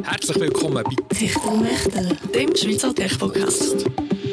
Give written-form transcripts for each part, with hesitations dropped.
Herzlich willkommen bei Techtelmechtel, dem Schweizer Tech-Podcast.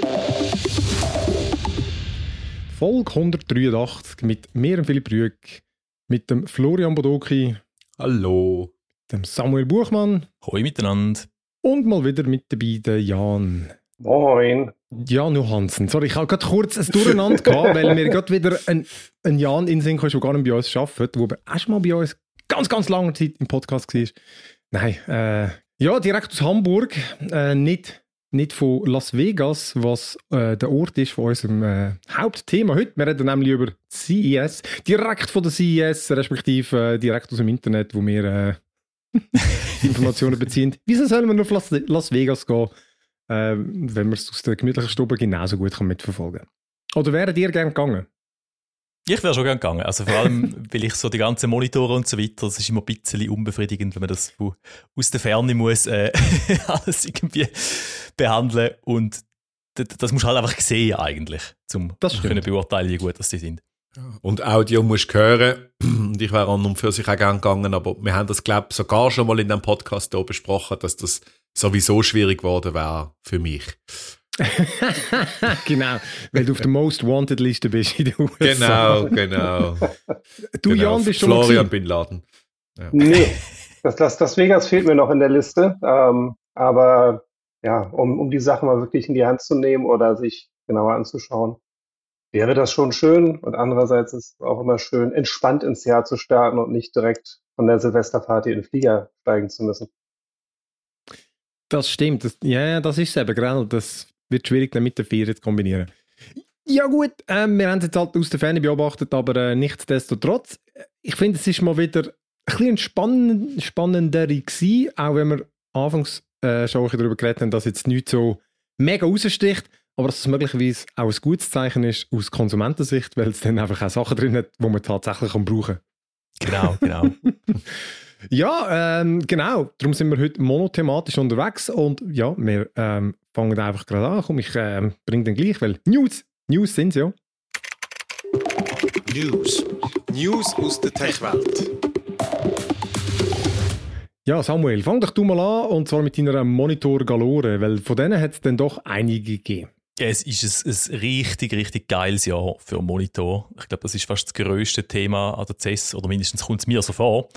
Folge 183 mit mir, Philipp Rüegg, mit dem Florian Bodoki. Hallo. Dem Samuel Buchmann. Hoi miteinander. Und mal wieder mit dabei der Jan. Moin. Jan Johansen. Sorry, ich habe gerade kurz ein Durcheinander gehabt, weil mir gerade wieder ein Jan in den Sinn kam, der gar nicht bei uns arbeitet, der aber auch schon mal bei uns ganz langer Zeit im Podcast war. Nein, ja, direkt aus Hamburg, nicht von Las Vegas, was der Ort ist von unserem Hauptthema heute. Wir reden nämlich über CES, direkt von der CES, respektive direkt aus dem Internet, wo wir Informationen beziehen. Wieso sollen wir nur auf Las Vegas gehen, wenn man es aus der gemütlichen Stube genauso gut mitverfolgen kann? Oder wären ihr gerne gegangen? Ich wäre schon gerne gegangen. Also vor allem, weil ich so die ganzen Monitore und so weiter, das ist immer ein bisschen unbefriedigend, wenn man das aus der Ferne muss alles irgendwie behandeln. Und das musst du halt einfach sehen eigentlich, um können beurteilen, wie gut das die sind. Und Audio musst du hören. Und ich wäre an und für sich auch gerne gegangen, aber wir haben das, glaube ich, sogar schon mal in dem Podcast hier besprochen, dass das sowieso schwierig geworden wäre für mich. Genau, weil du auf der Most Wanted Liste bist in den USA. Genau. Du, genau. Jan, bist schon Florian Bin Laden. Ja. Nee, das Vegas fehlt mir noch in der Liste. Aber ja, um die Sachen mal wirklich in die Hand zu nehmen oder sich genauer anzuschauen, wäre das schon schön. Und andererseits ist es auch immer schön, entspannt ins Jahr zu starten und nicht direkt von der Silvesterparty in den Flieger steigen zu müssen. Das stimmt. Das ist es eben, genau. Das wird schwierig, dann mit der Ferien zu kombinieren. Ja gut, wir haben es jetzt halt aus der Ferne beobachtet, aber nichtsdestotrotz, ich finde, es ist mal wieder ein bisschen spannender gewesen, auch wenn wir anfangs schon darüber geredet haben, dass jetzt nichts so mega raussticht, aber dass es möglicherweise auch ein gutes Zeichen ist aus Konsumentensicht, weil es dann einfach auch Sachen drin hat, die man tatsächlich brauchen kann. Genau. Ja, genau. Darum sind wir heute monothematisch unterwegs und ja, wir fangen einfach gerade an. Komm, ich bringe den gleich, weil News sind es ja. News aus der Tech-Welt. Ja, Samuel, fang doch du mal an und zwar mit deiner Monitor Galore, weil von denen hat es dann doch einige gegeben. Ja, es ist ein richtig geiles Jahr für Monitor. Ich glaube, das ist fast das grösste Thema an der CES, oder mindestens kommt es mir so vor.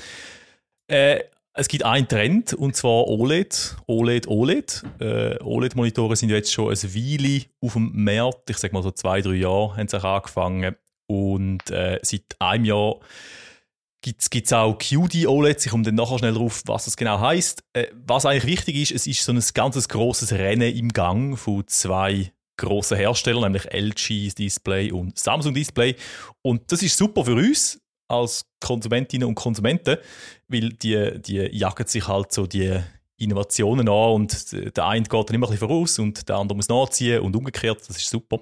Es gibt einen Trend, und zwar OLED. OLED-Monitore sind ja jetzt schon eine Weile auf dem Markt. Ich sage mal so 2-3 Jahre haben sie auch angefangen. Und seit einem Jahr gibt es auch QD-OLEDs. Ich komme dann nachher schnell drauf, was das genau heisst. Was eigentlich wichtig ist, es ist so ein ganz grosses Rennen im Gang von 2 grossen Herstellern, nämlich LG Display und Samsung Display. Und das ist super für uns als Konsumentinnen und Konsumenten, weil die jagen sich halt so die Innovationen an und der eine geht dann immer ein bisschen voraus und der andere muss nachziehen und umgekehrt, das ist super.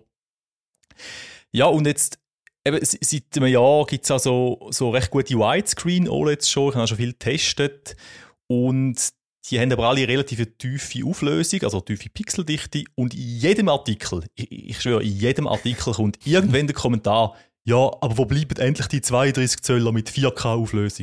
Ja, und jetzt eben, seit einem Jahr gibt es also so recht gute Widescreen-OLEDs schon, ich habe auch schon viel getestet und die haben aber alle relativ tiefe Auflösung, also tiefe Pixeldichte und in jedem Artikel, ich schwöre, in jedem Artikel kommt irgendwann der Kommentar: ja, aber wo bleiben endlich die 32 Zöller mit 4K-Auflösung?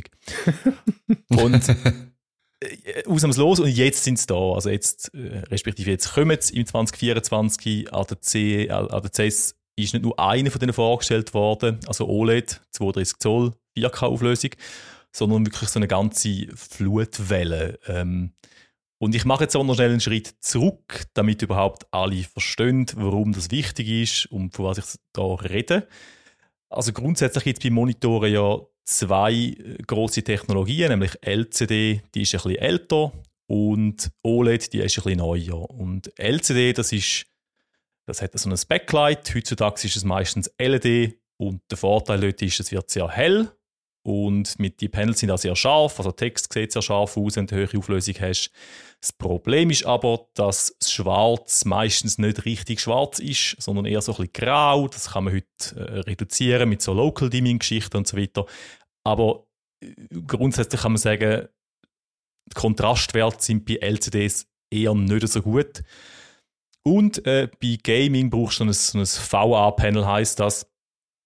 Und ausnahmslos, und jetzt sind sie da. Also jetzt, respektive jetzt kommen sie im 2024 an der CES ist nicht nur einer von denen vorgestellt worden, also OLED, 32 Zoll, 4K-Auflösung, sondern wirklich so eine ganze Flutwelle. Und ich mache jetzt auch noch schnell einen Schritt zurück, damit überhaupt alle verstehen, warum das wichtig ist und von was ich da rede. Also grundsätzlich gibt es bei Monitoren ja 2 grosse Technologien, nämlich LCD, die ist ein bisschen älter, und OLED, die ist ein bisschen neuer. Und LCD, das hat so ein Backlight, heutzutage ist es meistens LED, und der Vorteil dort ist, es wird sehr hell und die Panels sind auch sehr scharf, also der Text sieht sehr scharf aus, wenn du eine höhere Auflösung hast. Das Problem ist aber, dass das Schwarz meistens nicht richtig schwarz ist, sondern eher so ein bisschen grau. Das kann man heute reduzieren mit so Local-Dimming-Geschichten und so weiter. Aber grundsätzlich kann man sagen, die Kontrastwerte sind bei LCDs eher nicht so gut. Und bei Gaming brauchst du so ein VA-Panel, heisst das.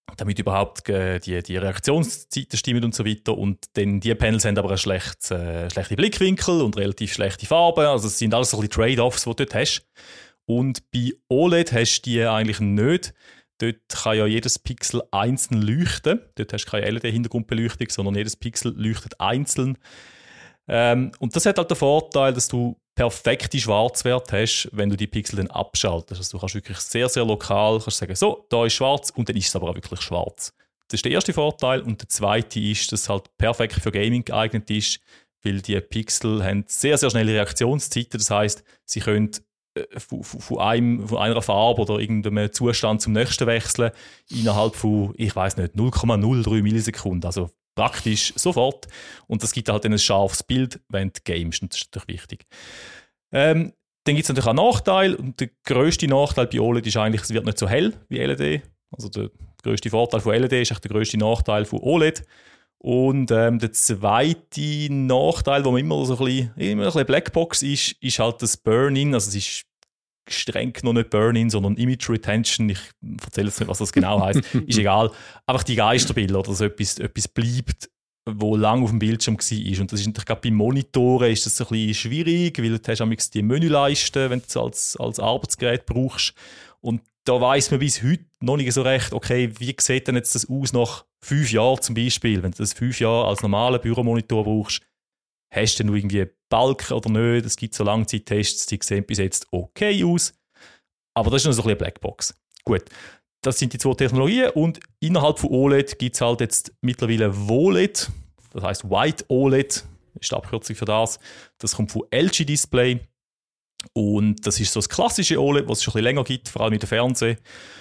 damit überhaupt die Reaktionszeiten stimmen und so weiter. Und dann die Panels haben aber einen schlechten Blickwinkel und relativ schlechte Farben. Also es sind alles so ein bisschen Trade-offs, die du dort hast. Und bei OLED hast du die eigentlich nicht. Dort kann ja jedes Pixel einzeln leuchten. Dort hast du keine LED-Hintergrundbeleuchtung, sondern jedes Pixel leuchtet einzeln. Und das hat halt den Vorteil, dass du perfekte Schwarzwerte hast, wenn du die Pixel dann abschaltest. Also du kannst wirklich sehr, sehr lokal sagen, so, da ist schwarz und dann ist es aber auch wirklich schwarz. Das ist der erste Vorteil. Und der zweite ist, dass es halt perfekt für Gaming geeignet ist, weil die Pixel haben sehr, sehr schnelle Reaktionszeiten. Das heisst, sie können von einer Farbe oder irgendeinem Zustand zum nächsten wechseln innerhalb von, ich weiß nicht, 0,03 Millisekunden. Also praktisch sofort. Und das gibt halt dann ein scharfes Bild, wenn du gamest. Und das ist natürlich wichtig. Dann gibt es natürlich auch Nachteile. Und der grösste Nachteil bei OLED ist eigentlich, es wird nicht so hell wie LED. Also der grösste Vorteil von LED ist echt der grösste Nachteil von OLED. Und der zweite Nachteil, der immer ein bisschen Blackbox ist, ist halt das Burn-In. Also es ist streng noch nicht Burn-In, sondern Image Retention. Ich erzähle jetzt nicht, was das genau heisst. Ist egal. Einfach die Geisterbilder oder so etwas bleibt, wo lang auf dem Bildschirm war. Und das ist natürlich gerade bei Monitoren ist das ein bisschen schwierig, weil du hast die Menüleiste, wenn du es als Arbeitsgerät brauchst. Und da weiss man bis heute noch nicht so recht, okay, wie sieht denn jetzt das aus nach 5 Jahren zum Beispiel? Wenn du das 5 Jahre als normalen Büromonitor brauchst, hast du denn irgendwie Balken oder nicht? Es gibt so Langzeittests, die sehen bis jetzt okay aus. Aber das ist noch so ein bisschen eine Blackbox. Gut, das sind die zwei Technologien. Und innerhalb von OLED gibt es halt jetzt mittlerweile WOLED. Das heisst White OLED, ist die Abkürzung für das. Das kommt von LG Display. Und das ist so das klassische OLED, was es schon ein bisschen länger gibt, vor allem mit dem Fernsehen.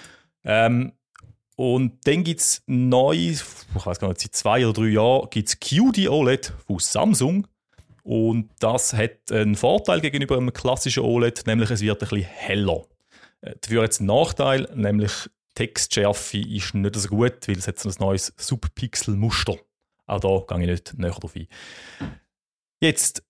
Und dann gibt es neu, ich weiß gar nicht, seit 2 oder 3 Jahren, gibt es QD OLED von Samsung. Und das hat einen Vorteil gegenüber einem klassischen OLED, nämlich es wird ein bisschen heller. Dafür hat es einen Nachteil, nämlich die Textschärfe ist nicht so gut, weil es hat so ein neues Subpixel-Muster. Auch da gehe ich nicht näher drauf ein. Jetzt,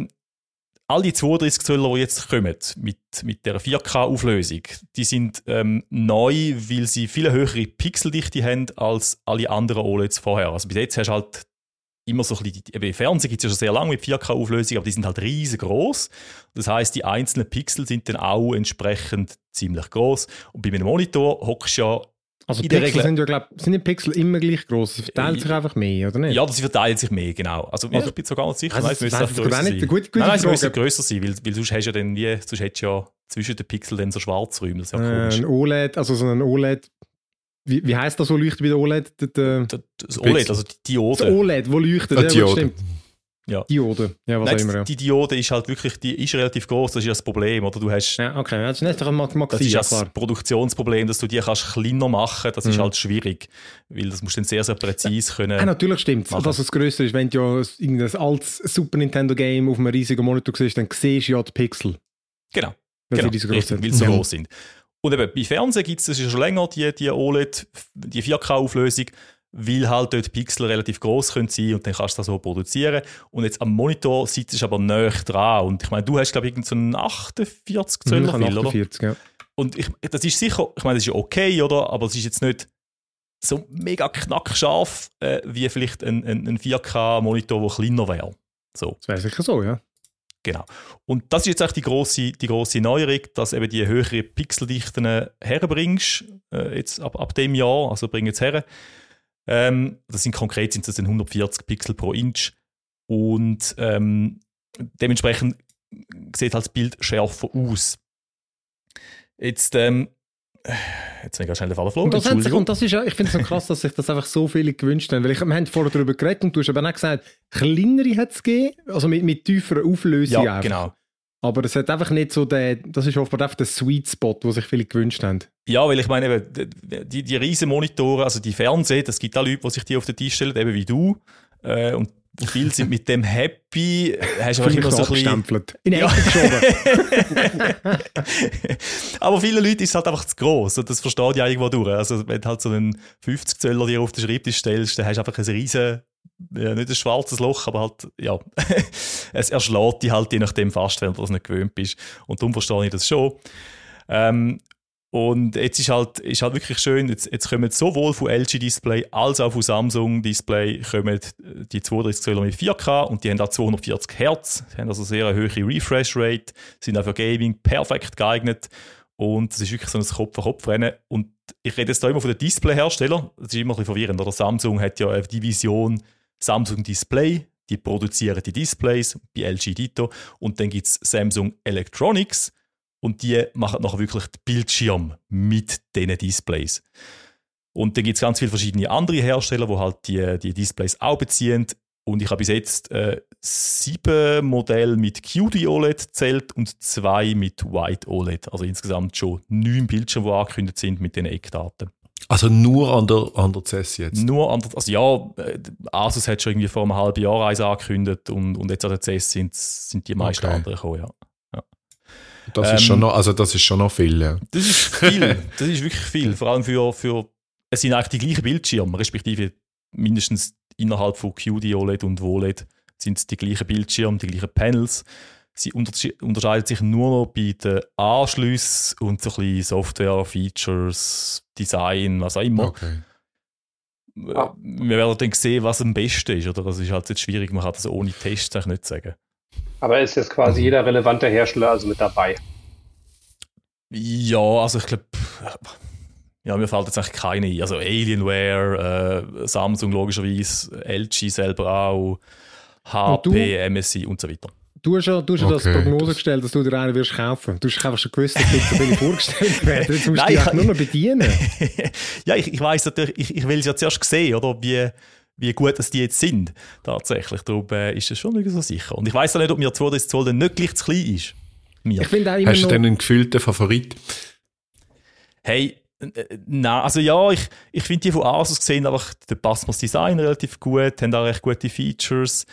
all die 32 Zöller, die jetzt kommen mit der 4K-Auflösung, die sind neu, weil sie viel höhere Pixeldichte haben als alle anderen OLEDs vorher. Also bis jetzt hast du halt immer so ein bisschen, eben Fernsehen gibt es ja schon sehr lange mit 4K-Auflösung, aber die sind halt riesengroß. Das heisst, die einzelnen Pixel sind dann auch entsprechend ziemlich groß. Und bei einem Monitor hockst du ja also in Pixel der Regel, sind ja, glaube ich, sind die Pixel immer gleich groß. Sie verteilen sich einfach mehr, oder nicht? ja, sie verteilen sich mehr, genau. Also ich bin so gar nicht sicher. Also, Nein, es müsste das grösser gar nicht sein. gute Nein, es müsste Frage. grösser sein, weil sonst hast du ja dann sonst hättest du ja zwischen den Pixeln dann so Schwarzräume. Das ist ja komisch. Ein OLED, also so ein OLED, wie heisst das so leuchtet wie der OLED? Das OLED, also die Diode. Das OLED, wo leuchtet, ja, Diode. stimmt. Ja. Diode, ja, was auch immer. Ja. Die Diode ist halt wirklich, die ist relativ groß, das ist ja das Problem, oder? Du hast, Ja, okay, das ist nicht doch ein das ist Magazin, ja klar. das Produktionsproblem, dass du die kannst kleiner machen, das ist halt schwierig, weil das musst du dann sehr, sehr präzise können. Natürlich stimmt es, dass es grösser ist. Wenn du ja irgendein altes Super Nintendo Game auf einem riesigen Monitor siehst, dann siehst du ja die Pixel. Genau, Weil genau sie so groß richtig, sind. weil sie so Ja. groß sind. Und eben bei Fernsehen gibt es, das ist ja schon länger, die OLED, die 4K-Auflösung, weil halt dort Pixel relativ gross können sein und dann kannst du das so produzieren. Und jetzt am Monitor sitzt du aber näher dran. Und ich meine, du hast, glaube ich, irgendeinen so 48 Zöller viel, oder? 48, ja. Und das ist sicher, ich meine, das ist ja okay, oder? Aber es ist jetzt nicht so mega knackscharf wie vielleicht ein 4K-Monitor, der kleiner wäre. So. Das wäre sicher so, ja. Genau. Und das ist jetzt eigentlich die grosse Neuerung, dass eben die höheren Pixeldichten herbringst, jetzt ab dem Jahr, also bring jetzt her. Das sind konkret sind das dann 140 Pixel pro Inch und dementsprechend sieht halt das Bild schärfer aus. Jetzt bin ich ganz schnell den Fall verloren. Und das ist ja, ich finde es so krass, dass sich das einfach so viele gewünscht haben, weil wir haben vorher darüber geredet und du hast aber auch gesagt, kleinere hat es gegeben, also mit tieferer Auflösung. Ja, einfach. genau. Aber es hat einfach nicht so das ist offenbar einfach der Sweet Spot, den sich viele gewünscht haben. Ja, weil ich meine, eben, die riesen Monitore, also die Fernseher, das gibt auch Leute, die sich die auf den Tisch stellen, eben wie du. Und viele sind mit dem happy. Hast du einfach immer so ein bisschen... abgestempelt. In die Ecke geschoben. Aber vielen Leuten ist es halt einfach zu gross. Und das versteht ja irgendwo durch. Also wenn du halt so einen 50 Zöller dir auf den Schreibtisch stellst, dann hast du einfach ein riesen, nicht ein schwarzes Loch, aber halt, ja, es erschlägt dich halt je nachdem fast, wenn du das nicht gewöhnt bist. Und darum verstehe ich das schon. Und jetzt ist halt wirklich schön, jetzt kommen sowohl von LG-Display als auch von Samsung-Display kommen die 32 Zoller mit 4K und die haben auch 240 Hertz, die haben also sehr eine hohe Refresh-Rate, sind auch für Gaming perfekt geeignet und das ist wirklich so ein Kopf-an-Kopf-Rennen. Und ich rede jetzt da immer von den Display-Herstellern, das ist immer ein bisschen verwirrend, oder? Samsung hat ja eine Division Samsung Display, die produzieren die Displays, bei LG Dito, und dann gibt es Samsung Electronics, und die machen nachher wirklich den Bildschirm mit diesen Displays. Und dann gibt es ganz viele verschiedene andere Hersteller, die halt die Displays auch beziehen. Und ich habe bis jetzt 7 Modelle mit QD OLED gezählt und 2 mit White OLED. Also insgesamt schon 9 Bildschirme, die angekündigt sind mit diesen Eckdaten. Also nur an der CES jetzt? Nur an der, also ja, Asus hat schon irgendwie vor einem halben Jahr eins angekündigt und jetzt an der CES sind die meisten anderen gekommen, ja. Das ist schon noch viel, ja. Das ist viel, das ist wirklich viel. Vor allem für es sind eigentlich die gleichen Bildschirme, respektive mindestens innerhalb von QD OLED und OLED sind es die gleichen Bildschirme, die gleichen Panels. Sie unterscheiden sich nur noch bei den Anschlüssen und so ein bisschen Software, Features, Design, was auch immer. Okay. Wir werden dann sehen, was am besten ist. Oder? Das ist halt jetzt schwierig, man kann das ohne Tests eigentlich nicht sagen. Aber ist jetzt quasi jeder relevante Hersteller also mit dabei? Ja, also ich glaube, ja, mir fällt jetzt eigentlich keine ein. Also Alienware, Samsung logischerweise, LG selber auch, HP, MSI und so weiter. Du hast ja das Prognose gestellt, dass du dir einen wirst kaufen. Du hast einfach schon gewusst, dass nicht so viele vorgestellt werden. Jetzt musst du dich nur noch bedienen. Ja, ich weiss natürlich, ich will es ja zuerst sehen, oder? Wie gut dass die jetzt sind, tatsächlich. Darum ist das schon nicht so sicher. Und ich weiss auch nicht, ob mir 32 Zoll dann nicht gleich zu klein ist. Ich finde auch immer Hast du denn einen gefühlten Favorit? Hey, nein, also ja, ich finde die von Asus gesehen einfach, da passt mir das Design relativ gut, haben auch recht gute Features.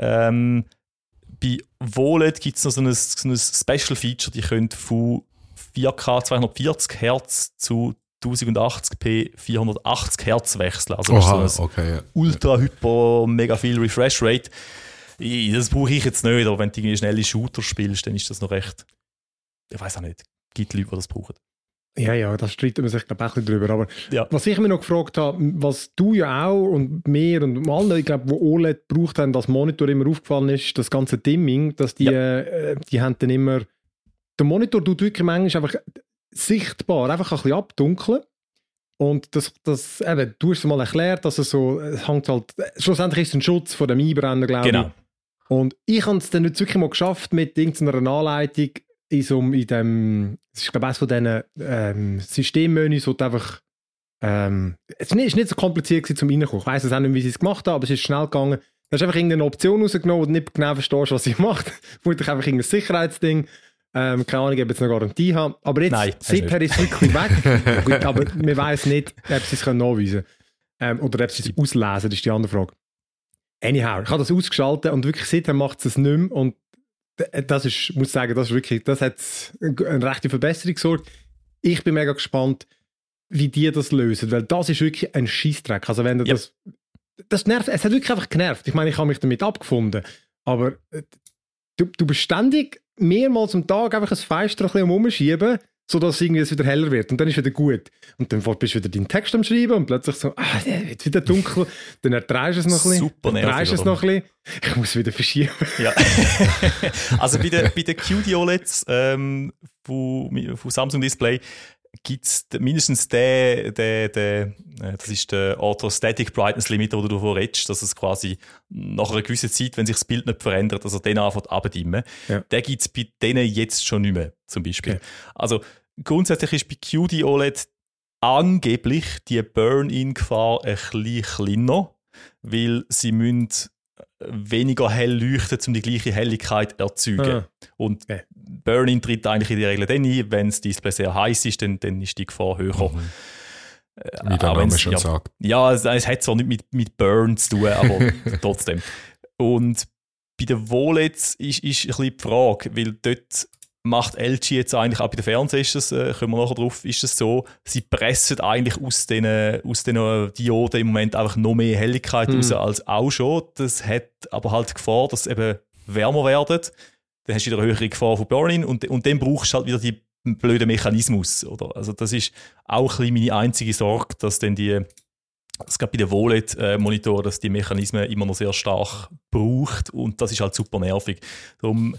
Bei OLED gibt es noch so ein Special-Feature, die können von 4K 240 Hz zu 1080p 480 Hz wechseln. Also das ist so ein ultra hyper mega viel Refresh Rate. Das brauche ich jetzt nicht, aber wenn du irgendwie schnelle Shooter spielst, dann ist das noch recht, ich weiß auch nicht, gibt Leute, die das brauchen. Ja, da streiten wir sich, glaube ich, auch ein bisschen drüber. Aber ja. Was ich mir noch gefragt habe, was du ja auch und mir und alle, ich glaube, die OLED gebraucht haben, das Monitor immer aufgefallen ist, das ganze Dimming, dass die haben dann immer, der Monitor tut wirklich manchmal einfach sichtbar einfach ein bisschen abdunkeln. Und das eben, du hast es mal erklärt, dass es so, es hängt halt, schlussendlich ist es ein Schutz vor dem Einbrennen, glaube ich. Genau. Und ich habe es dann nicht wirklich mal geschafft, mit irgendeiner Anleitung in dem, das ist glaube ich eines von diesen Systemmenüs, wo du einfach es ist nicht so kompliziert gewesen, zum Reinkommen. Ich weiss es auch nicht, wie sie es gemacht haben, aber es ist schnell gegangen. Du hast einfach irgendeine Option rausgenommen, wo du nicht genau verstehst, was sie macht. Vermutlich einfach irgendein Sicherheitsding. Keine Ahnung, ob ich jetzt eine Garantie habe. Aber jetzt, seither ist es wirklich weg. Gut, aber man weiss nicht, ob sie es nachweisen können. Oder ob sie es auslesen, das ist die andere Frage. Anyhow, ich habe das ausgeschaltet und wirklich seither macht es nicht mehr. Und das ist, muss ich sagen, das hat eine rechte Verbesserung gesorgt. Ich bin mega gespannt, wie die das lösen, weil das ist wirklich ein Scheissdreck. Also wenn du das nervt, es hat wirklich einfach genervt. Ich meine, ich habe mich damit abgefunden, aber du bist ständig mehrmals am Tag einfach ein Fenster ein bisschen umschieben, sodass irgendwie es wieder heller wird und dann ist wieder gut. Und dann bist du wieder deinen Text am Schreiben und plötzlich so, jetzt wieder dunkel, dann erträgst du es noch ein bisschen, super nervig, es noch ein bisschen, ich muss wieder verschieben. Ja. Also bei den QD OLEDs von Samsung Display gibt es mindestens das ist der Orthostatic Brightness Limiter, wo du davon redest, dass es quasi nach einer gewissen Zeit, wenn sich das Bild nicht verändert, also den anfängt abzudimmen. Ja. Den gibt es bei denen jetzt schon nicht mehr, zum Beispiel. Ja. Also grundsätzlich ist bei QD OLED angeblich die Burn-in-Gefahr ein bisschen kleiner, weil sie müssen weniger hell leuchten, um die gleiche Helligkeit zu erzeugen. Und Burn-in tritt eigentlich in der Regel dann ein, wenn das Display sehr heiß ist, dann ist die Gefahr höher. Wie der Name schon sagt. Ja, es hat zwar nicht mit Burn zu tun, aber trotzdem. Und bei den OLEDs ist ein bisschen die Frage, weil dort macht LG jetzt eigentlich, auch bei den Fernsehern ist das, kommen wir nachher drauf, ist es so, sie pressen eigentlich aus den Dioden im Moment einfach noch mehr Helligkeit raus als auch schon. Das hat aber halt die Gefahr, dass sie eben wärmer werden. Dann hast du wieder eine höhere Gefahr von Burn-in und dann brauchst du halt wieder die ein blöder Mechanismus. Oder? Also das ist auch ein bisschen meine einzige Sorge, dass dann es gab bei den OLED-Monitoren, dass die Mechanismen immer noch sehr stark braucht und das ist halt super nervig. Darum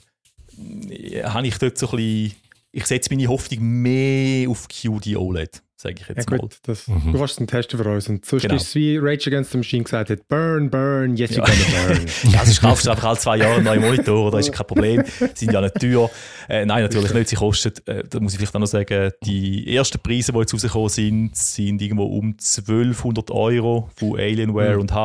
habe ich dort so ein bisschen, ich setze meine Hoffnung mehr auf QD-OLED, sage ich jetzt mal. Gut, du kannst es testen für uns. Und sonst ist es wie Rage Against the Machine gesagt hat, burn, burn, yes you gonna burn. Ja, sonst kaufst du einfach alle 2 Jahre einen neuen Monitor, das ist kein Problem. Sie sind ja nicht teuer. Nein, natürlich nicht, sie kosten, da muss ich vielleicht auch noch sagen, die ersten Preise, die jetzt rausgekommen sind irgendwo um 1200 € von Alienware und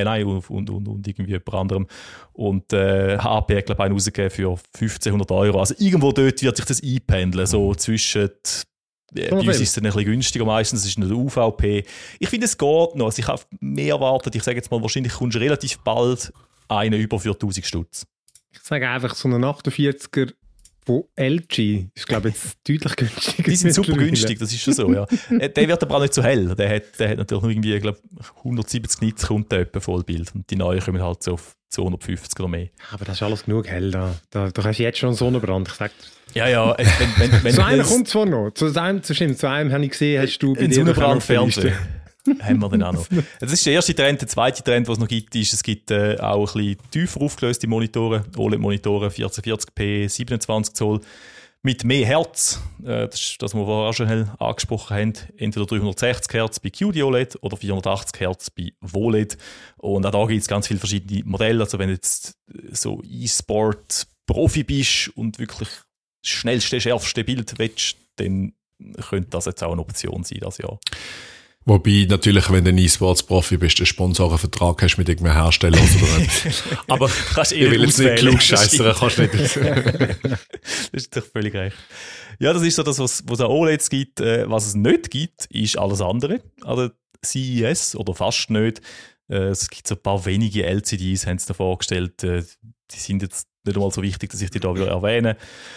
und irgendwie jemand anderem. Und HP hat, glaube ich, einen rausgegeben für 1500 €. Also irgendwo dort wird sich das einpendeln, so zwischen... Bei uns ist es dann ein bisschen günstiger meistens, es ist eine UVP. Ich finde, es geht noch. Also ich habe mehr erwartet. Ich sage jetzt mal, wahrscheinlich kommst du relativ bald einen über für 1000 Stutz. Ich sage einfach, so einen 48er von LG ist, glaube ich, jetzt deutlich günstiger. Die sind super günstig, das ist schon so, ja. Der wird aber auch nicht so hell. Der hat natürlich nur irgendwie, glaube 170 Nits kommt der etwa Vollbild. Und die neuen kommen halt so auf 250 oder mehr. Aber das ist alles genug hell da. Da hast du jetzt schon einen Sonnenbrand, ich sag dir. Ja, wenn zu einem kommt zwar noch. Zu einem habe ich gesehen, hast du bei dir Sonnenbrandfernsehen. Haben wir dann auch noch. Das ist der erste Trend. Der zweite Trend, was es noch gibt, ist, es gibt auch ein bisschen tiefer aufgelöste Monitore, OLED-Monitore, 1440p, 27 Zoll, mit mehr Hertz. Das ist das, was wir vorher auch schon angesprochen haben. Entweder 360 Hertz bei QD-OLED oder 480 Hertz bei VOLED. Und auch da gibt es ganz viele verschiedene Modelle. Also wenn du jetzt so E-Sport-Profi bist und wirklich das schnellste, schärfste Bild willst, dann könnte das jetzt auch eine Option sein, das Jahr. Wobei natürlich, wenn du ein E-Sports-Profi bist, einen Sponsorenvertrag hast mit irgendeinem Hersteller oder etwas. Aber kannst ich will jetzt nicht klugscheissern, kannst du nicht. Das ist doch völlig recht. Ja, das ist so das, was es an OLEDs gibt. Was es nicht gibt, ist alles andere. Also CES oder fast nicht. Es gibt so ein paar wenige LCDs, haben sie da vorgestellt. Die sind jetzt nicht einmal so wichtig, dass ich die da wieder erwähne.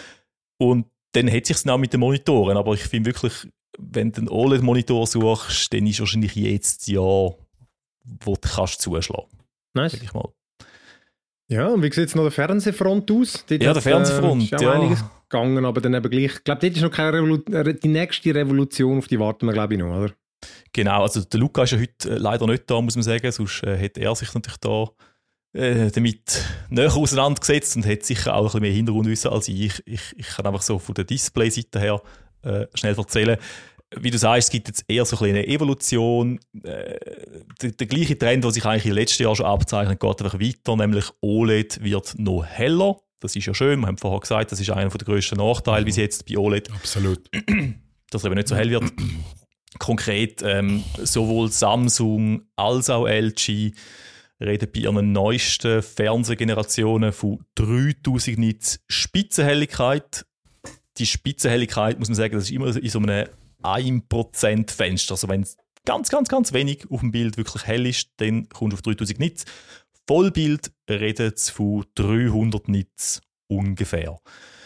Und dann hat es sich auch mit den Monitoren. Aber ich finde wirklich, wenn du einen OLED-Monitor suchst, dann ist wahrscheinlich jetzt das Jahr, wo du kannst zuschlagen. Nice. Sag ich mal. Ja, und wie sieht es noch der Fernsehfront aus? Dort ja, der Fernsehfront, ist auch einiges gegangen, aber dann eben gleich. Ich glaube, dort ist noch keine die nächste Revolution, auf die warten wir, glaube ich, noch, oder? Genau, also der Luca ist ja heute leider nicht da, muss man sagen, sonst hätte er sich natürlich da damit näher auseinandergesetzt und hat sicher auch ein bisschen mehr Hintergrundwissen als ich. Ich kann einfach so von der Display-Seite her schnell erzählen. Wie du sagst, es gibt jetzt eher so eine Evolution. Der gleiche Trend, der sich eigentlich im letzten Jahr schon abzeichnet, geht einfach weiter, nämlich OLED wird noch heller. Das ist ja schön, wir haben vorher gesagt, das ist einer der grössten Nachteile bis jetzt bei OLED. Absolut. Dass er eben nicht so hell wird. Konkret sowohl Samsung als auch LG reden bei ihren neuesten Fernsehgenerationen von 3000 Nits Spitzenhelligkeit. Die Spitzenhelligkeit, muss man sagen, das ist immer in so einem 1% Fenster. Also wenn es ganz, ganz, ganz wenig auf dem Bild wirklich hell ist, dann kommst du auf 3000 Nits. Vollbild redet es von 300 Nits ungefähr.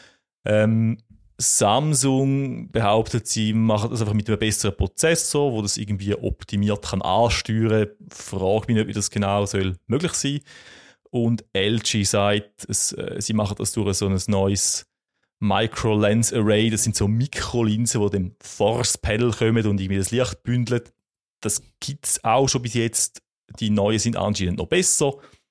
Samsung behauptet, sie machen das einfach mit einem besseren Prozessor, wo das irgendwie optimiert kann ansteuern. Frage mich nicht, wie das genau soll möglich sein. Und LG sagt, sie machen das durch so ein neues Micro-Lens Array. Das sind so Mikrolinsen, die dem Force Pedal kommen und irgendwie das Licht bündeln. Das gibt es auch schon bis jetzt. Die neuen sind anscheinend noch besser.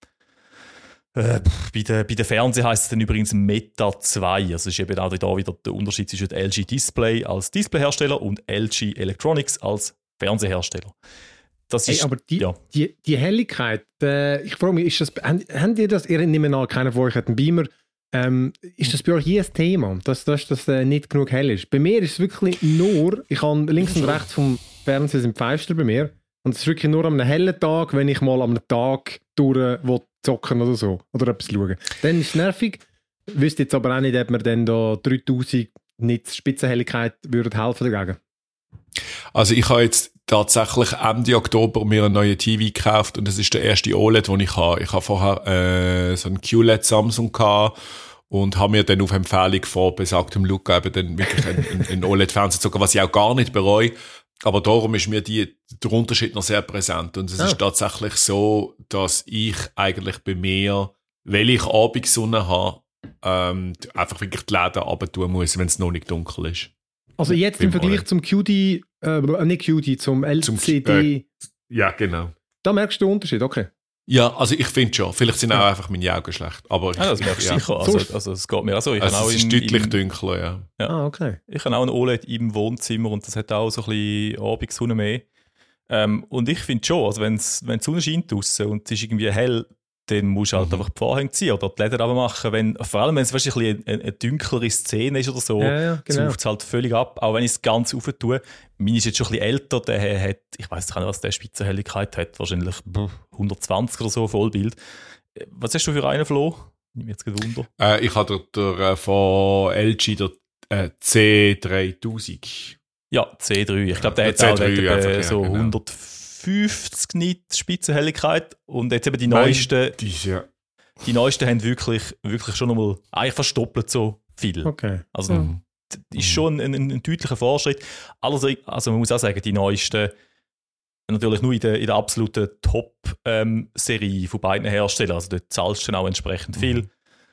Bei den Fernsehen heisst es dann übrigens Meta 2. Also es ist eben auch da wieder der Unterschied zwischen LG Display als Displayhersteller und LG Electronics als Fernsehersteller. Das ist, aber die Helligkeit, ich frage mich, habt ihr das, ihr nehmt an, keiner von euch hat einen Beamer, ist das bei euch hier ein Thema, dass das nicht genug hell ist? Bei mir ist es wirklich nur, ich habe links und rechts vom Fernseher sind Fenster bei mir und es ist wirklich nur an einem hellen Tag, wenn ich mal am Tag durch zocken oder so, oder etwas schauen. Dann ist es nervig. Ich wüsste jetzt aber auch nicht, ob mir dann da 3000 Nits Spitzenhelligkeit würde helfen dagegen. Also ich habe jetzt tatsächlich Ende Oktober mir einen neuen TV gekauft und das ist der erste OLED, den ich habe. Ich habe vorher so einen QLED Samsung gehabt und habe mir dann auf Empfehlung von besagtem Luca eben dann wirklich einen OLED-Fernseher gezogen, was ich auch gar nicht bereue. Aber darum ist mir der Unterschied noch sehr präsent. Und es ist tatsächlich so, dass ich eigentlich bei mir, weil ich Abendsonne habe, einfach wirklich die Läden runter tun muss, wenn es noch nicht dunkel ist. Also jetzt im Beim Vergleich OLED. zum QD, nicht QD, zum LCD, Ja, genau. da merkst du den Unterschied, okay. Ja, also ich finde schon. Vielleicht sind auch einfach meine Augen schlecht. Aber Das merkst du ja. sicher. Also es geht mir auch so. Ich Also habe auch es ist deutlich dunkler, ja. Ja. Ah, okay. Ich habe auch ein OLED im Wohnzimmer und das hat auch so ein bisschen Abendsonne mehr. Und ich finde schon, also wenn die Sonne scheint draussen und es ist irgendwie hell, dann musst du halt einfach die Vorhänge ziehen oder die Läden machen. Vor allem, wenn es weißt, eine dunklere Szene ist oder so, Ja, genau. saugt es halt völlig ab. Auch wenn ich es ganz rauf tue. Meine ist jetzt schon ein bisschen älter, der hat, ich weiss nicht, was der Spitzenhelligkeit hat, wahrscheinlich 120 oder so Vollbild. Was hast du für einen, Flo? Ich bin jetzt gewundert. Ich habe der von LG der C3000. Ja, C3. Ich glaube, der Der hat auch C3 einfach, ja, so genau. 150 Nit Spitzenhelligkeit. Und jetzt eben die Nein, neuesten, ja. die neuesten haben wirklich schon nochmal eigentlich fast doppelt so viel. Okay. Also ist schon ein deutlicher Fortschritt. Also man muss auch sagen, die neuesten natürlich nur in der absoluten Top-Serie von beiden Herstellern. Also dort zahlst du dann auch entsprechend viel.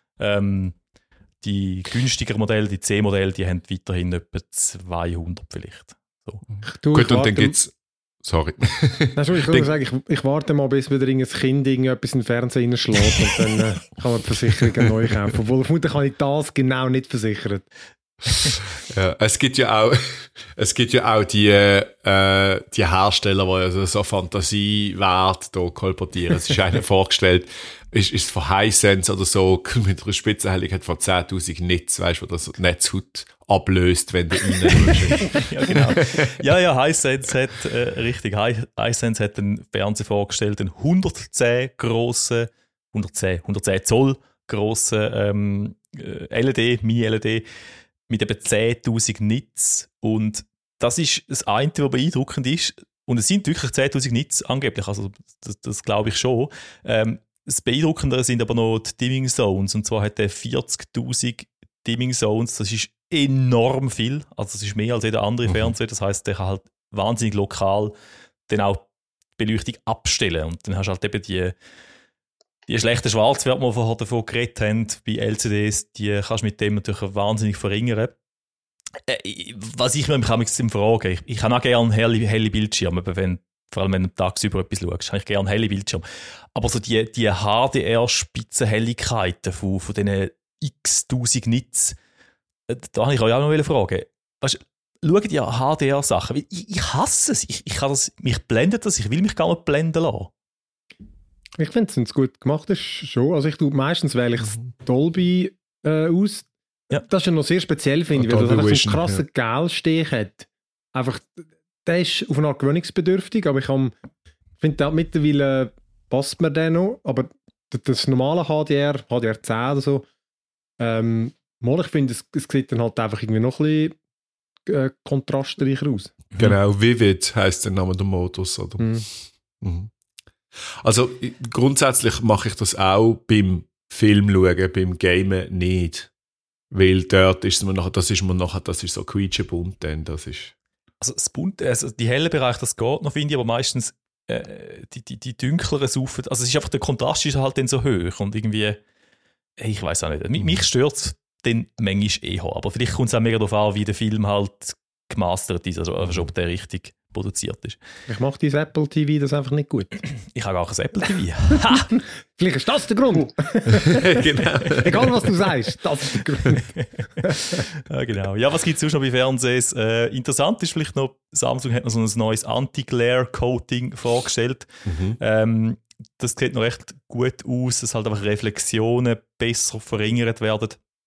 Die günstigeren Modelle, die C-Modelle, die haben weiterhin etwa 200 vielleicht. So. Gut, und dann gibt's. Sorry. Ich würde sagen, ich warte mal, bis wieder ein Kind etwas in den Fernseher reinschlägt und dann kann man die Versicherung neu kaufen. Obwohl, vermutlich kann ich das genau nicht versichern. Ja, es gibt ja auch die Hersteller, die also so Fantasiewert hier kolportieren. Es ist einer vorgestellt, ist von Hisense oder so, mit einer Spitzenhelligkeit von 10.000 Nits, weißt du, wo das Netzhaut ablöst, wenn du rein Ja, genau. Ja, Hisense hat, richtig, Hisense hat einen Fernseher vorgestellt, einen 110 Zoll grossen LED, Mini-LED, mit eben 10.000 Nits. Und das ist das eine, was beeindruckend ist. Und es sind wirklich 10.000 Nits angeblich, also das glaube ich schon. Das Beeindruckendere sind aber noch die Dimming Zones. Und zwar hat er 40.000 Dimming Zones. Das ist enorm viel. Also das ist mehr als jeder andere Fernseher. Das heisst, der kann halt wahnsinnig lokal dann auch die Beleuchtung abstellen. Und dann hast du halt eben die schlechten Schwarzwerte, die wir vorher davon geredet haben, bei LCDs, die kannst du mit dem natürlich wahnsinnig verringern. Was ich mich frage, ich habe auch gerne helle Bildschirme, vor allem wenn du tagsüber etwas schaust, habe ich gerne helle Bildschirme. Aber so die HDR-Spitzenhelligkeiten von diesen x-tausend Nits, da habe ich euch auch noch fragen. Weißt, schaut ihr HDR-Sachen? Ich hasse es. Mich blendet das. Ich will mich gar nicht blenden lassen. Ich finde es, wenn es gut gemacht ist, schon. Also meistens wähle ich Dolby aus. Ja. Das ist ja noch sehr speziell, finde ich, weil das Dolby einfach so Vision, einen krassen Gelstich hat. Einfach, der ist auf eine Art gewöhnungsbedürftig, aber ich finde, mittlerweile passt mir der noch, aber das normale HDR10 oder so, ich finde, es sieht dann halt einfach irgendwie noch ein bisschen kontrastreicher aus. Genau, Vivid heisst der Name der Modus, oder? Mhm. Also grundsätzlich mache ich das auch beim Film schauen, beim Gamen nicht. Weil dort ist das ist so quietschebunt dann, das ist... Also das Bunte, also die hellen Bereiche, das geht noch, finde ich, aber meistens die dunkleren saufen, also es ist einfach, der Kontrast ist halt dann so hoch und irgendwie, ich weiß auch nicht, mich stört es dann manchmal eher, aber vielleicht kommt es auch mega darauf an, wie der Film halt gemastert ist, also ob der richtig produziert ist. Ich mache dein Apple TV das einfach nicht gut. Ich habe gar kein Apple TV. Vielleicht ist das der Grund. Genau. Egal, was du sagst, das ist der Grund. Ja, genau. Ja, was gibt es sonst noch bei Fernsehs? Interessant ist vielleicht noch, Samsung hat noch so ein neues Anti-Glare-Coating vorgestellt. Das sieht noch recht gut aus, dass halt einfach Reflexionen besser verringert werden.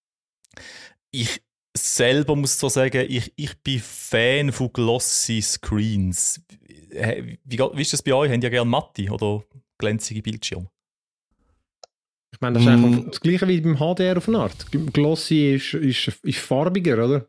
Ich selber muss so sagen, ich bin Fan von glossy Screens. Wie ist das bei euch? Habt ihr gerne matte oder glänzige Bildschirme? Ich meine, das ist einfach das Gleiche wie beim HDR auf eine Art. Glossy ist farbiger, oder?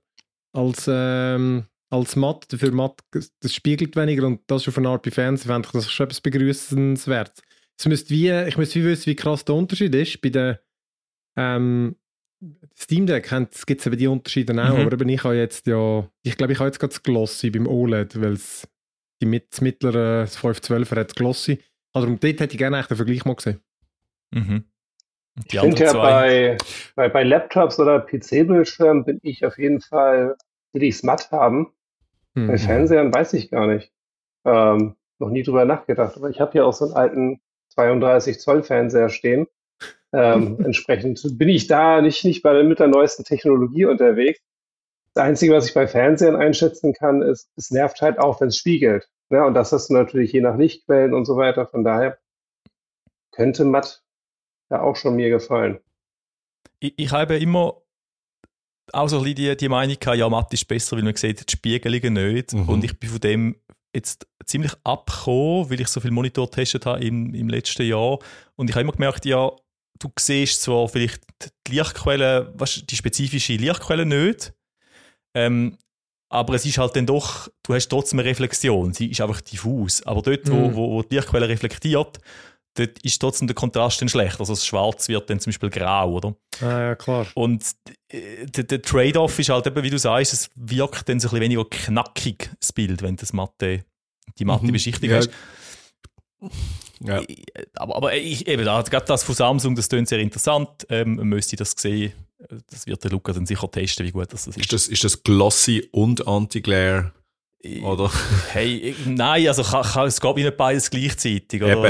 Als matt. Dafür matt, das spiegelt weniger und das ist auf eine Art bei Fernsehen, fände ich das schon etwas begrüßenswert. Ich müsste wissen, wie krass der Unterschied ist. Bei den Steam Deck gibt es eben die Unterschiede auch, aber eben ich glaube, ich habe jetzt gerade das Glossy beim OLED, weil das mittlere, das 512er hat das Glossy. Also dort hätte ich gerne den Vergleich mal gesehen. Ich finde ja bei Laptops oder PC-Bildschirmen bin ich auf jeden Fall will ich's matt haben? Bei Fernsehern weiß ich gar nicht. Noch nie drüber nachgedacht. Aber ich habe hier auch so einen alten 32 Zoll Fernseher stehen. Entsprechend bin ich da nicht mit der neuesten Technologie unterwegs. Das Einzige, was ich bei Fernsehern einschätzen kann, ist, es nervt halt auch, wenn es spiegelt. Ja, und das hast du natürlich je nach Lichtquellen und so weiter. Von daher könnte matt ja auch schon mir gefallen. Ich habe immer auch so ein bisschen die Meinung gehabt, ja, matt ist besser, weil man sieht die Spiegelungen nicht. Und ich bin von dem jetzt ziemlich abgekommen, weil ich so viel Monitor getestet habe im letzten Jahr. Und ich habe immer gemerkt, ja, du siehst zwar vielleicht die Lichtquelle, die spezifische Lichtquelle nicht, aber es ist halt dann doch, du hast trotzdem eine Reflexion, sie ist einfach diffus. Aber dort, wo die Lichtquelle reflektiert, dort ist trotzdem der Kontrast dann schlecht. Also das Schwarz wird dann zum Beispiel grau, oder? Ah, ja, klar. Und der Trade-off ist halt eben, wie du sagst, es wirkt dann so ein bisschen weniger knackig, das Bild, wenn du die matte Beschichtung hast. Ja. Aber eben, gerade das von Samsung, das klingt sehr interessant. Man müsste das sehen. Das wird der Luca dann sicher testen, wie gut das ist. Ist das glossy und Anti-Glare? Oder? Hey, nein, also es geht nicht beides gleichzeitig. Oder?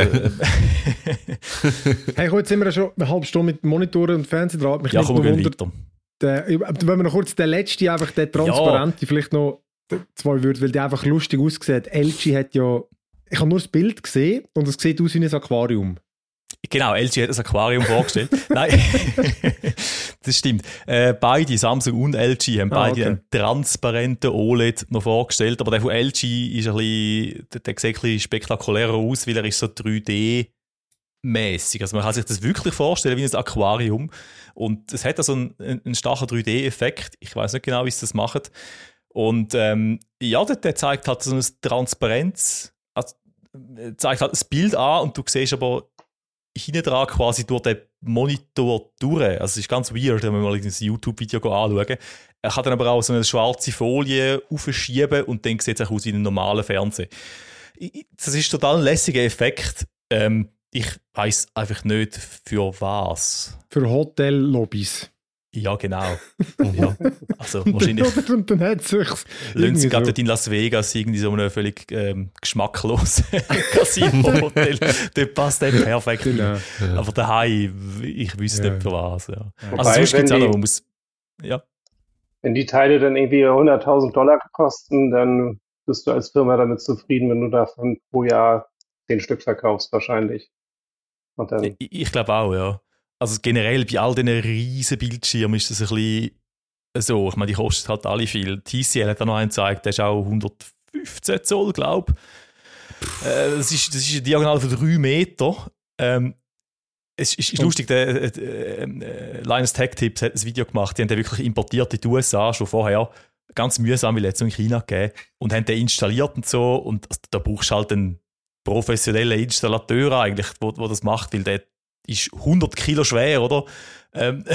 Hey, jetzt sind wir ja schon eine halbe Stunde mit Monitoren und Fernsehen dran. Ja, komm, wir gehen weiter. Wenn wir noch kurz den letzten, einfach den transparente, vielleicht noch 2 Wörter, weil der einfach lustig aussieht. LG hat ja, ich habe nur das Bild gesehen und es sieht aus wie ein Aquarium. Genau, LG hat ein Aquarium vorgestellt. Nein, das stimmt. Beide, Samsung und LG, haben beide einen transparenten OLED noch vorgestellt. Aber der von LG ist der sieht ein bisschen spektakulärer aus, weil er ist so 3D-mäßig. Also man kann sich das wirklich vorstellen wie ein Aquarium. Und es hat also einen starken 3D-Effekt. Ich weiß nicht genau, wie sie das machen. Und ja, der zeigt halt so eine Transparenz. Also, zeigt halt das Bild an und du siehst aber hinten dran quasi durch den Monitor durch. Also es ist ganz weird, wenn man mal ein YouTube-Video anschauen. Er kann dann aber auch so eine schwarze Folie aufschieben und dann sieht es auch aus wie ein normaler Fernseher. Das ist total ein lässiger Effekt. Ich weiss einfach nicht, für was. Für Hotellobbys. Ja, genau. Ja, also wahrscheinlich. Und dann hat es sich. Lassen sie gerade in Las Vegas irgendwie so einem völlig geschmacklosen Casino-Hotel. Dort passt der perfekt. Genau. Aber daheim, ich wüsste nicht für was. Ja. Wobei, Also sonst gibt es auch noch, ja. Wenn die Teile dann irgendwie $100.000 kosten, dann bist du als Firma damit zufrieden, wenn du davon pro Jahr 10 Stück verkaufst wahrscheinlich. Und dann Ich glaube auch, ja. Also generell bei all diesen riesen Bildschirmen ist das ein bisschen so. Ich meine, die kosten halt alle viel. TCL hat da noch einen gezeigt, der ist auch 115 Zoll, glaube ich. Das ist eine Diagonale von 3 Meter. Es ist lustig, der Linus Tech Tips hat ein Video gemacht, die haben den wirklich importiert in die USA schon vorher. Ganz mühsam, weil es in China gegeben und haben den installiert und so. Und also, da brauchst du halt einen professionellen Installateur eigentlich, wo das macht, weil der ist 100 Kilo schwer, oder? Und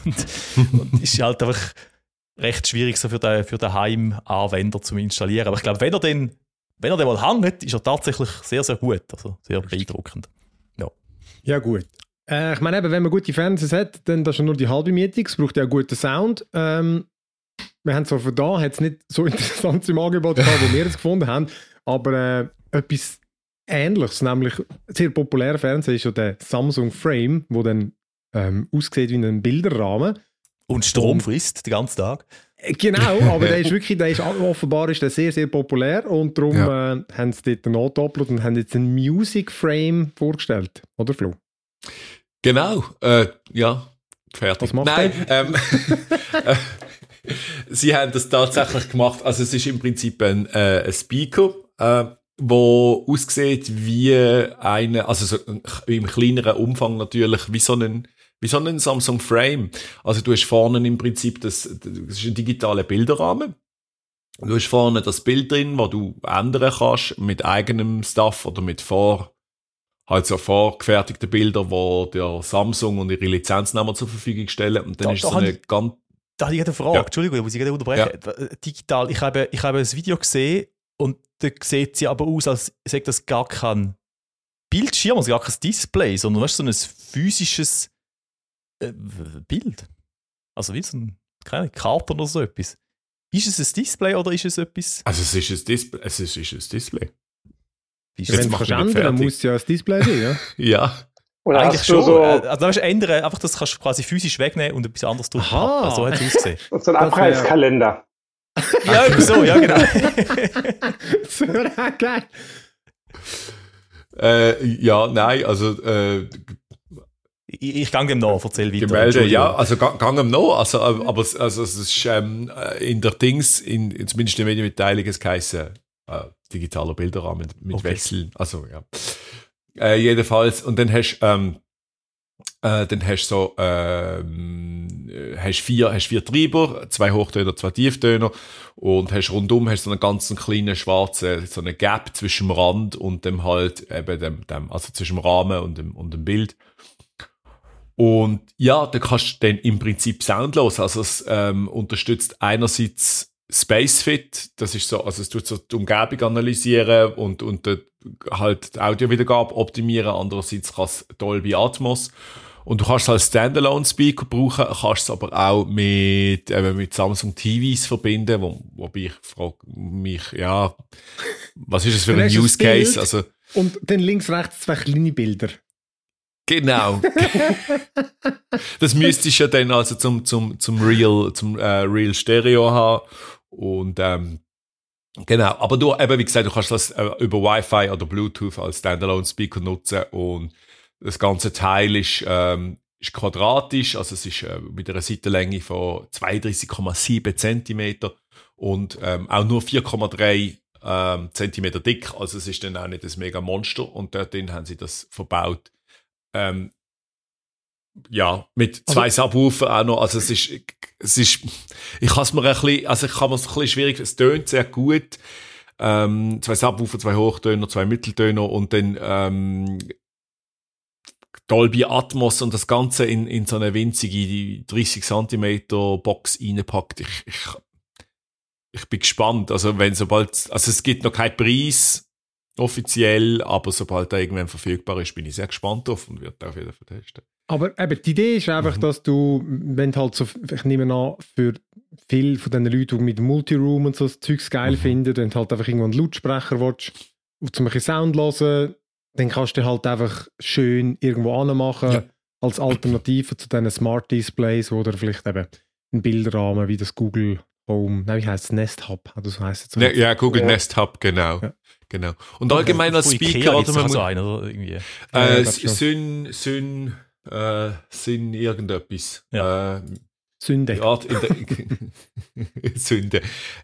ist halt einfach recht schwierig so für den Heimanwender zu installieren. Aber ich glaube, wenn er den mal hängt, ist er tatsächlich sehr, sehr gut. Also sehr beeindruckend. Ja, gut. Ich meine, eben, wenn man gute Fernseher hat, dann das ist ja nur die halbe Miete. Es braucht ja einen guten Sound. Wir haben zwar von da hat es nicht so interessant im Angebot gehabt, wo wir es gefunden haben, aber etwas Ähnliches, nämlich sehr populärer Fernseher ist ja der Samsung Frame, der dann aussieht wie ein Bilderrahmen. Und Strom frisst den ganzen Tag. Genau, aber offenbar ist der sehr, sehr populär und darum haben sie dort nachgedoppelt und haben jetzt einen Music Frame vorgestellt, oder Flo? Genau, ja, fertig. Was macht Nein, sie haben das tatsächlich gemacht, also es ist im Prinzip ein Speaker, wo aussieht wie eine, also so im kleineren Umfang natürlich, wie so ein Samsung Frame. Also du hast vorne im Prinzip das ist ein digitaler Bilderrahmen. Du hast vorne das Bild drin, wo du ändern kannst mit eigenem Stuff oder mit vorgefertigten Bildern, wo der Samsung und ihre Lizenznehmer zur Verfügung stellen. Und dann ist so eine ganz... Da habe ich eine Frage, Entschuldigung, muss ich gerade unterbrechen. Ja. Digital, ich habe ein Video gesehen und da sieht sie aber aus, als sei das gar kein Bildschirm, also gar kein Display, sondern weißt, so ein physisches Bild. Also wie so eine kleine Karte oder so etwas. Ist es ein Display oder ist es etwas? Also es ist ein Display. Wenn du es ändern fertig. muss es ja ein Display sein, ja? Ja. Oder Eigentlich hast du schon. so, Also da musst du ändern, einfach das kannst du quasi physisch wegnehmen und etwas anderes drüber Aha. pappen. So hat es ausgesehen. so einen Abreißkalender? Ja, irgendwie so, ja genau. So geil. Ja, nein, also Ich gehe dem nach, erzähl weiter. Gemälde, Entschuldigung. ja, also gang am noch, aber es ist in der Dings, zumindest in der Medienmitteilung, es geheißen, digitaler Bilderrahmen mit Okay. Wechseln, also ja. Jedenfalls, und dann hast so, hast vier Treiber, 2 Hochtöner, 2 Tieftöner und hast rundum so einen ganzen kleinen schwarzen, so eine Gap zwischen dem Rand und dem halt eben also zwischen dem Rahmen und dem Bild. Und ja, da kannst du dann im Prinzip soundlos, also es unterstützt einerseits Spacefit, das ist so, also es tut so die Umgebung analysieren und halt die Audiowiedergabe optimieren, andererseits kann es Dolby Atmos und du kannst es als Standalone-Speaker brauchen, kannst es aber auch mit Samsung TVs verbinden, wobei ich frage mich, ja, was ist das für Dann ein hast du Use das Bild. Case? Also, Und dann links, rechts 2 kleine Bilder. genau. Das müsstest du ja dann also zum Real Stereo haben. Und genau, aber du, eben wie gesagt, du kannst das über Wi-Fi oder Bluetooth als Standalone-Speaker nutzen und das ganze Teil ist quadratisch, also es ist mit einer Seitenlänge von 32,7 cm und auch nur 4,3 cm dick, also es ist dann auch nicht ein mega Monster und dort drin haben sie das verbaut. Ja, mit 2 Subwoofer auch noch, also es ist, ich kann es mir ein bisschen schwierig, es tönt sehr gut, 2 Subwoofer, 2 Hochtöner, 2 Mitteltöner und dann Dolby Atmos und das Ganze in so eine winzige 30 cm Box reinpackt. Ich bin gespannt, also es gibt noch keinen Preis offiziell, aber sobald er irgendwann verfügbar ist, bin ich sehr gespannt drauf und werde auch wieder testen. Aber eben, die Idee ist einfach, dass du, wenn du halt so, ich nehme an, für viele von den Leuten, die mit Multiroom und so das Zeugs geil finden, wenn du halt einfach irgendwo einen Lautsprecher willst, zum ein bisschen Sound hören, dann kannst du halt einfach schön irgendwo anmachen, Ja. als Alternative zu diesen Smart Displays, wo du vielleicht eben einen Bilderrahmen wie das Google Home, nein, wie heisst es, Nest Hub, oder so heisst es. So. Ja, Google Ja. Nest Hub, genau. Ja. Genau. Und allgemein als Von Speaker, Ikea oder gibt's doch so einen, oder irgendwie. Syn irgendetwas. Sünde. Ja, Sünde.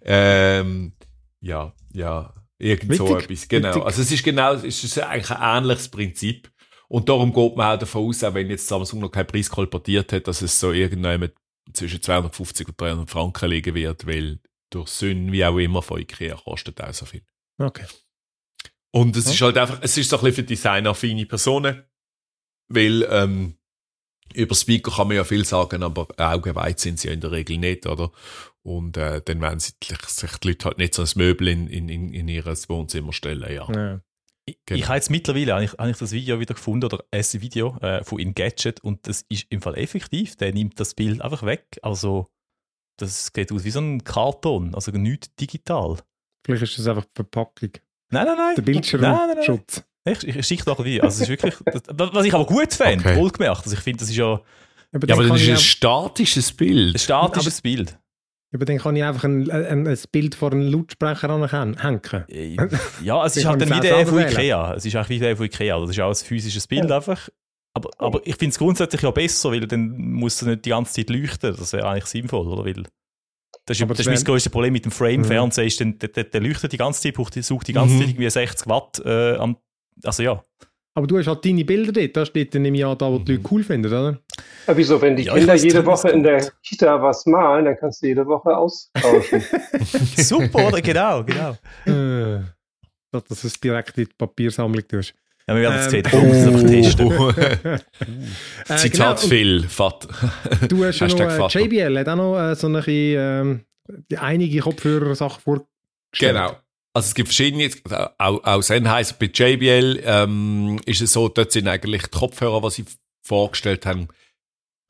Ja, irgend so Witzig, etwas. Genau. witzig. Also es ist eigentlich ein ähnliches Prinzip. Und darum geht man auch davon aus, auch wenn jetzt Samsung noch keinen Preis kolportiert hat, dass es so irgendwann zwischen 250 und 300 Franken liegen wird, weil durch Syn, wie auch immer, von Ikea kostet auch so viel. Okay. Und es ist halt einfach, es ist so ein bisschen für designaffine Personen, weil über Speaker kann man ja viel sagen, aber augenweit sind sie ja in der Regel nicht, oder? Und dann werden sich die Leute halt nicht so ein Möbel in ihr Wohnzimmer stellen, ja. Ja. Genau. Ich habe jetzt mittlerweile habe ich das Video wieder gefunden, oder ein Video von Engadget, und das ist im Fall effektiv, der nimmt das Bild einfach weg, also das geht aus wie so ein Karton, also nicht digital. Vielleicht ist das einfach die Verpackung. Nein. Der Bildschirmschutz. Ich schicke doch wie. Also es ist wirklich, was ich aber gut fände, Okay. wohlgemerkt. Also ich finde, das ist ja Ja, aber dann kann ist ich ein auch- statisches Bild. ein statisches Bild. aber dann kann ich einfach ein Bild vor einen Lautsprecher hängen. Ja, es ist Ich halt kann dann wie es der auch von wählen. Ikea. Es ist eigentlich wie der von Ikea. Das ist auch ein physisches Bild einfach. Aber ich finde es grundsätzlich ja besser, weil dann muss es nicht die ganze Zeit leuchten. Das wäre eigentlich sinnvoll, oder? Weil das ist, Aber das ist das mein grösstes Problem mit dem Frame-Fernseher, ist dann, der leuchtet die ganze Zeit, sucht die ganze Zeit irgendwie 60 Watt also ja. Aber du hast halt deine Bilder dort, da steht dann im Jahr da, wo die Leute cool finden, oder? Ja, wieso, wenn die Ja, ich Kinder weiß, jede das Woche ist in der Kita was malen, dann kannst du jede Woche austauschen. Super, oder? Genau. Dass du es direkt in die Papiersammlung tust. Ja, wir werden es sehen, wir müssen es einfach testen. Zitat genau, Phil, Fat. und Du hast ja Hashtag noch, Vater. JBL hat auch noch so einige Kopfhörer-Sachen vorgestellt. Genau. Also es gibt verschiedene, auch Sennheiser, bei JBL ist es so, dort sind eigentlich die Kopfhörer, die sie vorgestellt haben,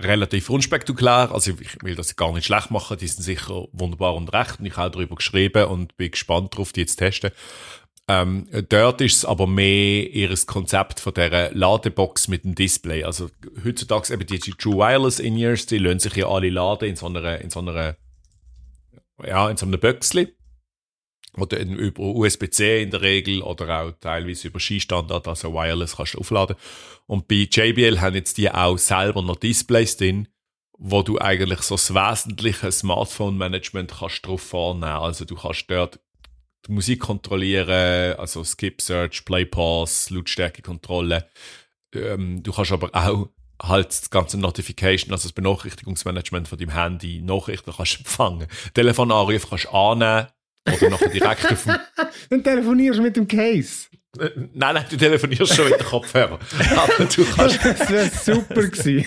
relativ unspektakulär. Also ich will das gar nicht schlecht machen. Die sind sicher wunderbar und recht. Und ich habe auch darüber geschrieben und bin gespannt darauf, die zu testen. Dort ist es aber mehr ihr Konzept von dieser Ladebox mit dem Display. Also heutzutage eben die True Wireless In-Ears, die lassen sich ja alle laden in so einem Böckchen. Oder über USB-C in der Regel oder auch teilweise über Ski-Standard, also Wireless kannst du aufladen. Und bei JBL haben jetzt die auch selber noch Displays drin, wo du eigentlich so das wesentliche Smartphone-Management kannst drauf vornehmen. Also du kannst dort die Musik kontrollieren, also Skip Search, Play Pause, Lautstärkekontrolle. Du kannst aber auch halt das ganze Notification, also das Benachrichtigungsmanagement von deinem Handy, Nachrichten kannst du empfangen. Telefonanrufe kannst du annehmen oder nachher direkt auf dem... Dann telefonierst du mit dem Case. Nein, du telefonierst schon mit dem Kopfhörer. Aber du kannst... Das wäre super gewesen.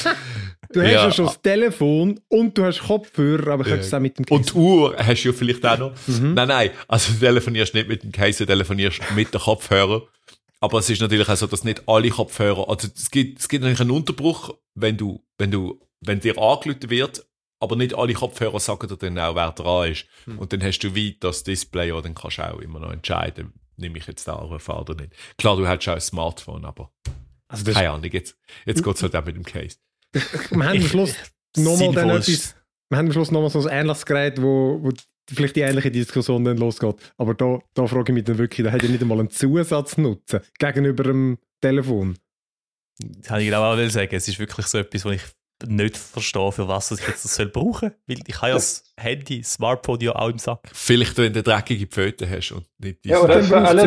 Du hast ja schon das Telefon und du hast Kopfhörer, aber könntest es auch mit dem Case. Und die Uhr hast du ja vielleicht auch noch. Nein, also du telefonierst nicht mit dem Case, du telefonierst mit dem Kopfhörer. Aber es ist natürlich auch so, dass nicht alle Kopfhörer, also es gibt natürlich einen Unterbruch, wenn dir angerufen wird, aber nicht alle Kopfhörer sagen dir dann auch, wer dran ist. Und dann hast du weit das Display, und dann kannst du auch immer noch entscheiden, nehme ich jetzt den Anruf oder nicht. Klar, du hast schon ein Smartphone, aber Also keine Ahnung, jetzt geht es halt auch mit dem Case. Wir haben am Schluss nochmal dann etwas, wir haben am Schluss nochmal so ein ähnliches Gerät, wo vielleicht die ähnliche Diskussion dann losgeht. Aber da frage ich mich dann wirklich, da hat ja nicht einmal einen Zusatznutzen gegenüber dem Telefon. Das kann ich genau auch sagen. Es ist wirklich so etwas, was ich nicht verstehe, für was ich jetzt das brauchen soll. Weil ich habe ja das Handy, das Smartphone ja auch im Sack. Vielleicht, wenn du dreckige Pfoten hast und nicht die. Ja, oder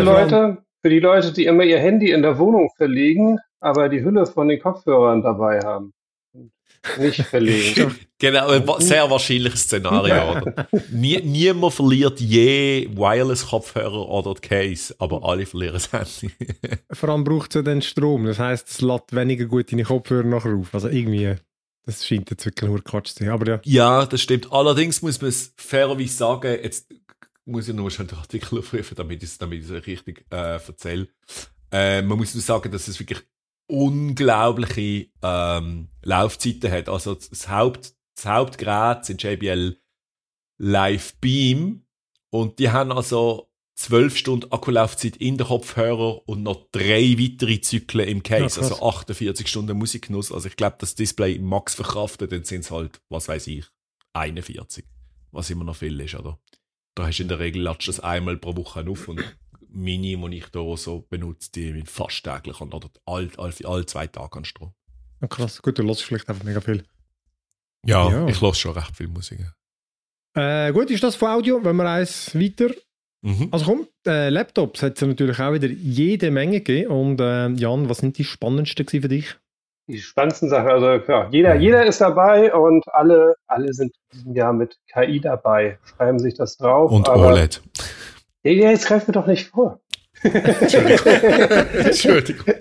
für die Leute, die immer ihr Handy in der Wohnung verlegen, aber die Hülle von den Kopfhörern dabei haben. Nicht verlegen. Genau, ein sehr wahrscheinliches Szenario. Oder? Niemand verliert je Wireless-Kopfhörer oder die Case, aber alle verlieren das Handy. Vor allem braucht es ja dann Strom. Das heisst, es lädt weniger gut deine Kopfhörer nachher auf. Also irgendwie, das scheint jetzt wirklich nur Quatsch zu sein. Aber ja. Ja, das stimmt. Allerdings muss man es fairerweise sagen, jetzt muss ich nur schon den Artikel aufrufen, damit ich es richtig erzähle. Man muss nur sagen, dass es wirklich unglaubliche Laufzeiten hat. Also das Hauptgerät sind JBL Live Beam und die haben also 12 Stunden Akkulaufzeit in den Kopfhörer und noch 3 weitere Zyklen im Case, also 48 Stunden Musikgenuss. Also ich glaube, das Display max verkraftet, dann sind es halt, was weiß ich, 41, was immer noch viel ist, oder? Da hast du in der Regel ladest du das einmal pro Woche auf und Mini, die ich hier so benutze, die bin fast täglich oder alle 2 Tage an Strom. Ja, krass, gut, du hörst vielleicht einfach mega viel. Ja. Ich höre schon recht viel Musik. Gut, ist das von Audio, wenn wir eins weiter... Also komm, Laptops hat es natürlich auch wieder jede Menge gegeben. Und Jan, was sind die spannendsten für dich? Die spannendsten Sachen, also ja, jeder ist dabei und alle sind in diesem Jahr mit KI dabei, schreiben sich das drauf. Und OLED. Ja, jetzt greift mir doch nicht vor. Entschuldigung.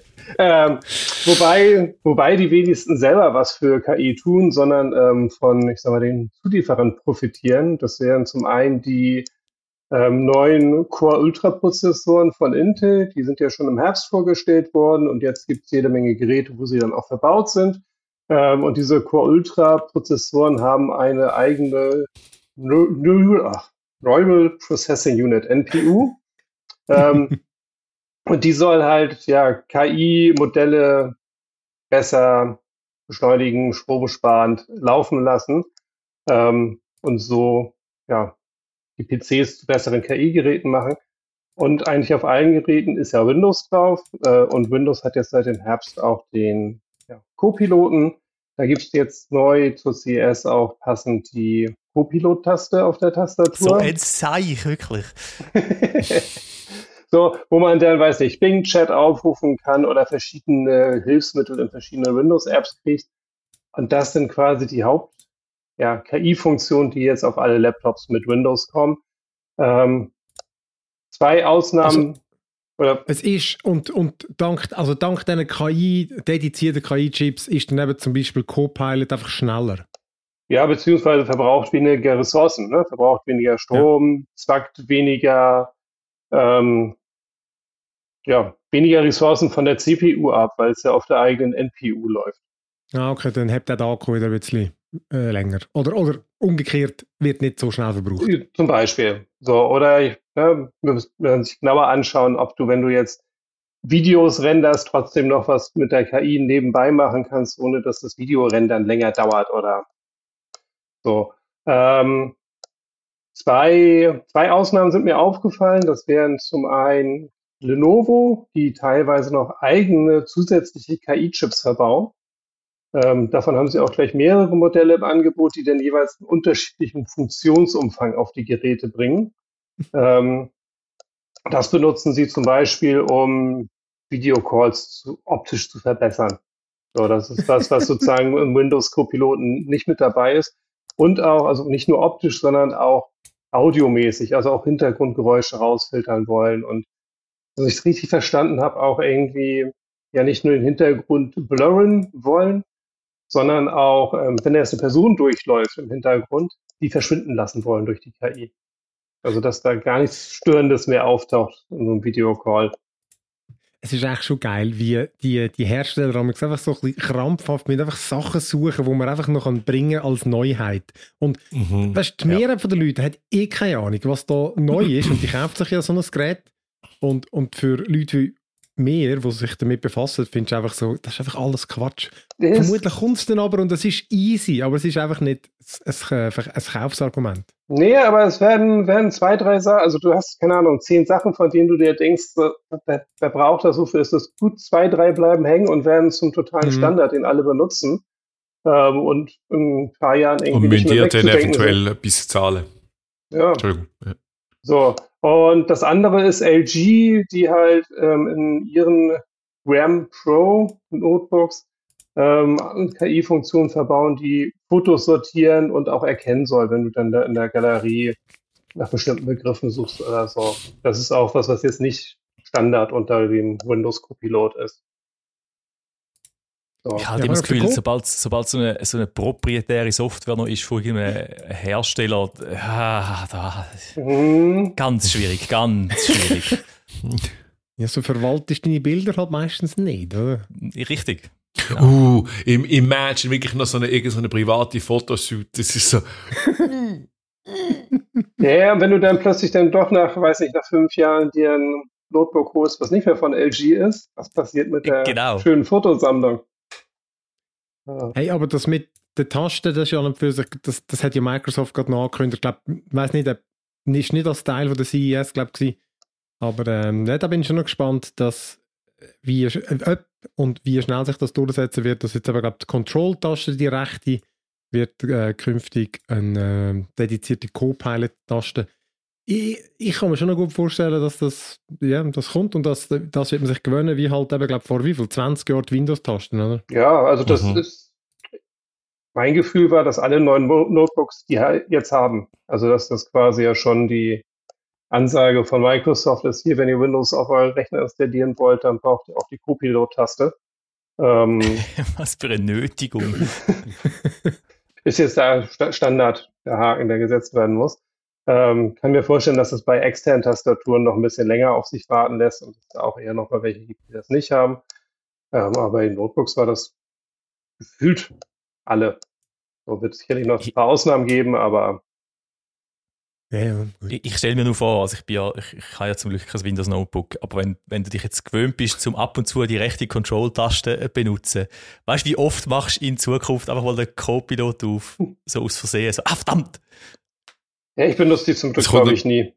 Wobei die wenigsten selber was für KI tun, sondern von, ich sag mal, den Zulieferern profitieren. Das wären zum einen die neuen Core-Ultra-Prozessoren von Intel. Die sind ja schon im Herbst vorgestellt worden und jetzt gibt es jede Menge Geräte, wo sie dann auch verbaut sind. Und diese Core-Ultra-Prozessoren haben eine eigene Neural Processing Unit, NPU. Und die soll halt KI-Modelle besser beschleunigen, stromsparend laufen lassen und so die PCs zu besseren KI-Geräten machen. Und eigentlich auf allen Geräten ist ja Windows drauf. Und Windows hat jetzt seit dem Herbst auch den Co-Piloten. Da gibt es jetzt neu zur CES auch passend die Co-Pilot-Taste auf der Tastatur. So ein Seich, wirklich. So, wo man dann, weiß nicht, Bing-Chat aufrufen kann oder verschiedene Hilfsmittel in verschiedene Windows-Apps kriegt. Und das sind quasi die KI-Funktionen, die jetzt auf alle Laptops mit Windows kommen. 2 Ausnahmen. Es ist, und dank diesen dedizierten KI-Chips ist dann eben zum Beispiel Copilot einfach schneller. Ja, beziehungsweise verbraucht weniger Ressourcen, ne? Verbraucht weniger Strom, zwackt weniger weniger Ressourcen von der CPU ab, weil es ja auf der eigenen NPU läuft. Ah, okay, dann habt ihr den Akku wieder ein bisschen länger. Oder umgekehrt wird nicht so schnell verbraucht. Zum Beispiel. So, oder wir müssen sich genauer anschauen, ob du, wenn du jetzt Videos renderst, trotzdem noch was mit der KI nebenbei machen kannst, ohne dass das Videorendern länger dauert oder so. Zwei Ausnahmen sind mir aufgefallen. Das wären zum einen Lenovo, die teilweise noch eigene zusätzliche KI-Chips verbauen. Davon haben sie auch gleich mehrere Modelle im Angebot, die dann jeweils einen unterschiedlichen Funktionsumfang auf die Geräte bringen. Das benutzen sie zum Beispiel, um Videocalls optisch zu verbessern. So, das ist was sozusagen im Windows Copiloten nicht mit dabei ist. Und auch, also nicht nur optisch, sondern auch audiomäßig, also auch Hintergrundgeräusche rausfiltern wollen. Und wenn ich es richtig verstanden habe, auch irgendwie ja nicht nur den Hintergrund blurren wollen, sondern auch, wenn erst eine Person durchläuft im Hintergrund, die verschwinden lassen wollen durch die KI. Also, dass da gar nichts Störendes mehr auftaucht in so einem Videocall. Es ist echt schon geil, wie die Hersteller einfach so ein bisschen krampfhaft mit einfach Sachen suchen, die man einfach noch bringen kann als Neuheit. Und weißt, die Mehrheit der Leute hat keine Ahnung, was da neu ist und die kauft sich ja so ein Gerät. Und für Leute wie mehr, die sich damit befassen, findest du einfach so, das ist einfach alles Quatsch. Vermutlich kommt es dann aber und es ist easy, aber es ist einfach nicht ein Kaufsargument. Nee, aber es werden 2, 3 Sachen, also du hast, keine Ahnung, 10 Sachen, von denen du dir denkst, wer braucht das, wofür ist das gut, 2, 3 bleiben hängen und werden zum totalen Standard, den alle benutzen. Und in ein paar Jahren irgendwie und nicht mehr müsst ihr dann wegzudenken eventuell sind. etwas zahlen. Ja. Entschuldigung. Ja. So, und das andere ist LG, die halt in ihren RAM Pro Notebooks KI-Funktionen verbauen, die Fotos sortieren und auch erkennen soll, wenn du dann da in der Galerie nach bestimmten Begriffen suchst oder so. Das ist auch was jetzt nicht Standard unter dem Windows Copilot ist. So. Ich habe immer das Gefühl, sobald so eine proprietäre Software noch ist von irgendeinem Hersteller, ganz schwierig, ganz schwierig. Ja, so verwaltest du deine Bilder halt meistens nicht, oder? Richtig. Ja. Imagine wirklich noch so eine private Fotoshoot, das ist so... Ja, wenn du dann plötzlich dann doch nach 5 Jahren dir ein Notebook holst, was nicht mehr von LG ist, was passiert mit der schönen Fotosammlung? Hey, aber das mit den Tasten, das ist ja für sich, das hat ja Microsoft gerade noch angekündigt. Ich glaube, ich weiß nicht, ist nicht als Teil von der CES, glaube ich, aber da bin ich schon noch gespannt, ob und wie schnell sich das durchsetzen wird. Dass jetzt aber, glaube ich, die Control-Taste, die rechte, wird künftig eine dedizierte Co-Pilot-Taste. Ich kann mir schon noch gut vorstellen, dass das kommt und das wird man sich gewöhnen, wie halt eben, glaube vor wie viel? 20 Jahren die Windows-Tasten, oder? Ja, also das ist, mein Gefühl war, dass alle neuen Notebooks die jetzt haben. Also dass das quasi ja schon die Ansage von Microsoft ist, hier, wenn ihr Windows auf euren Rechner installieren wollt, dann braucht ihr auch die Copilot-Taste. Was für eine Nötigung. Ist jetzt der Standard, der Haken, der gesetzt werden muss. Kann mir vorstellen, dass es bei externen Tastaturen noch ein bisschen länger auf sich warten lässt und es da auch eher noch mal welche gibt, die das nicht haben. Aber bei den Notebooks war das gefühlt alle. So wird es sicherlich noch ein paar Ausnahmen geben, aber ja, ich stelle mir nur vor, also ich habe ja zum Glück kein Windows Notebook, aber wenn du dich jetzt gewöhnt bist, zum ab und zu die rechte Control-Taste benutzen, weißt du, wie oft machst du in Zukunft einfach mal den Co-Pilot auf, so aus Versehen, so, verdammt! Ja, ich benutze die zum Glück, glaube ich, nie.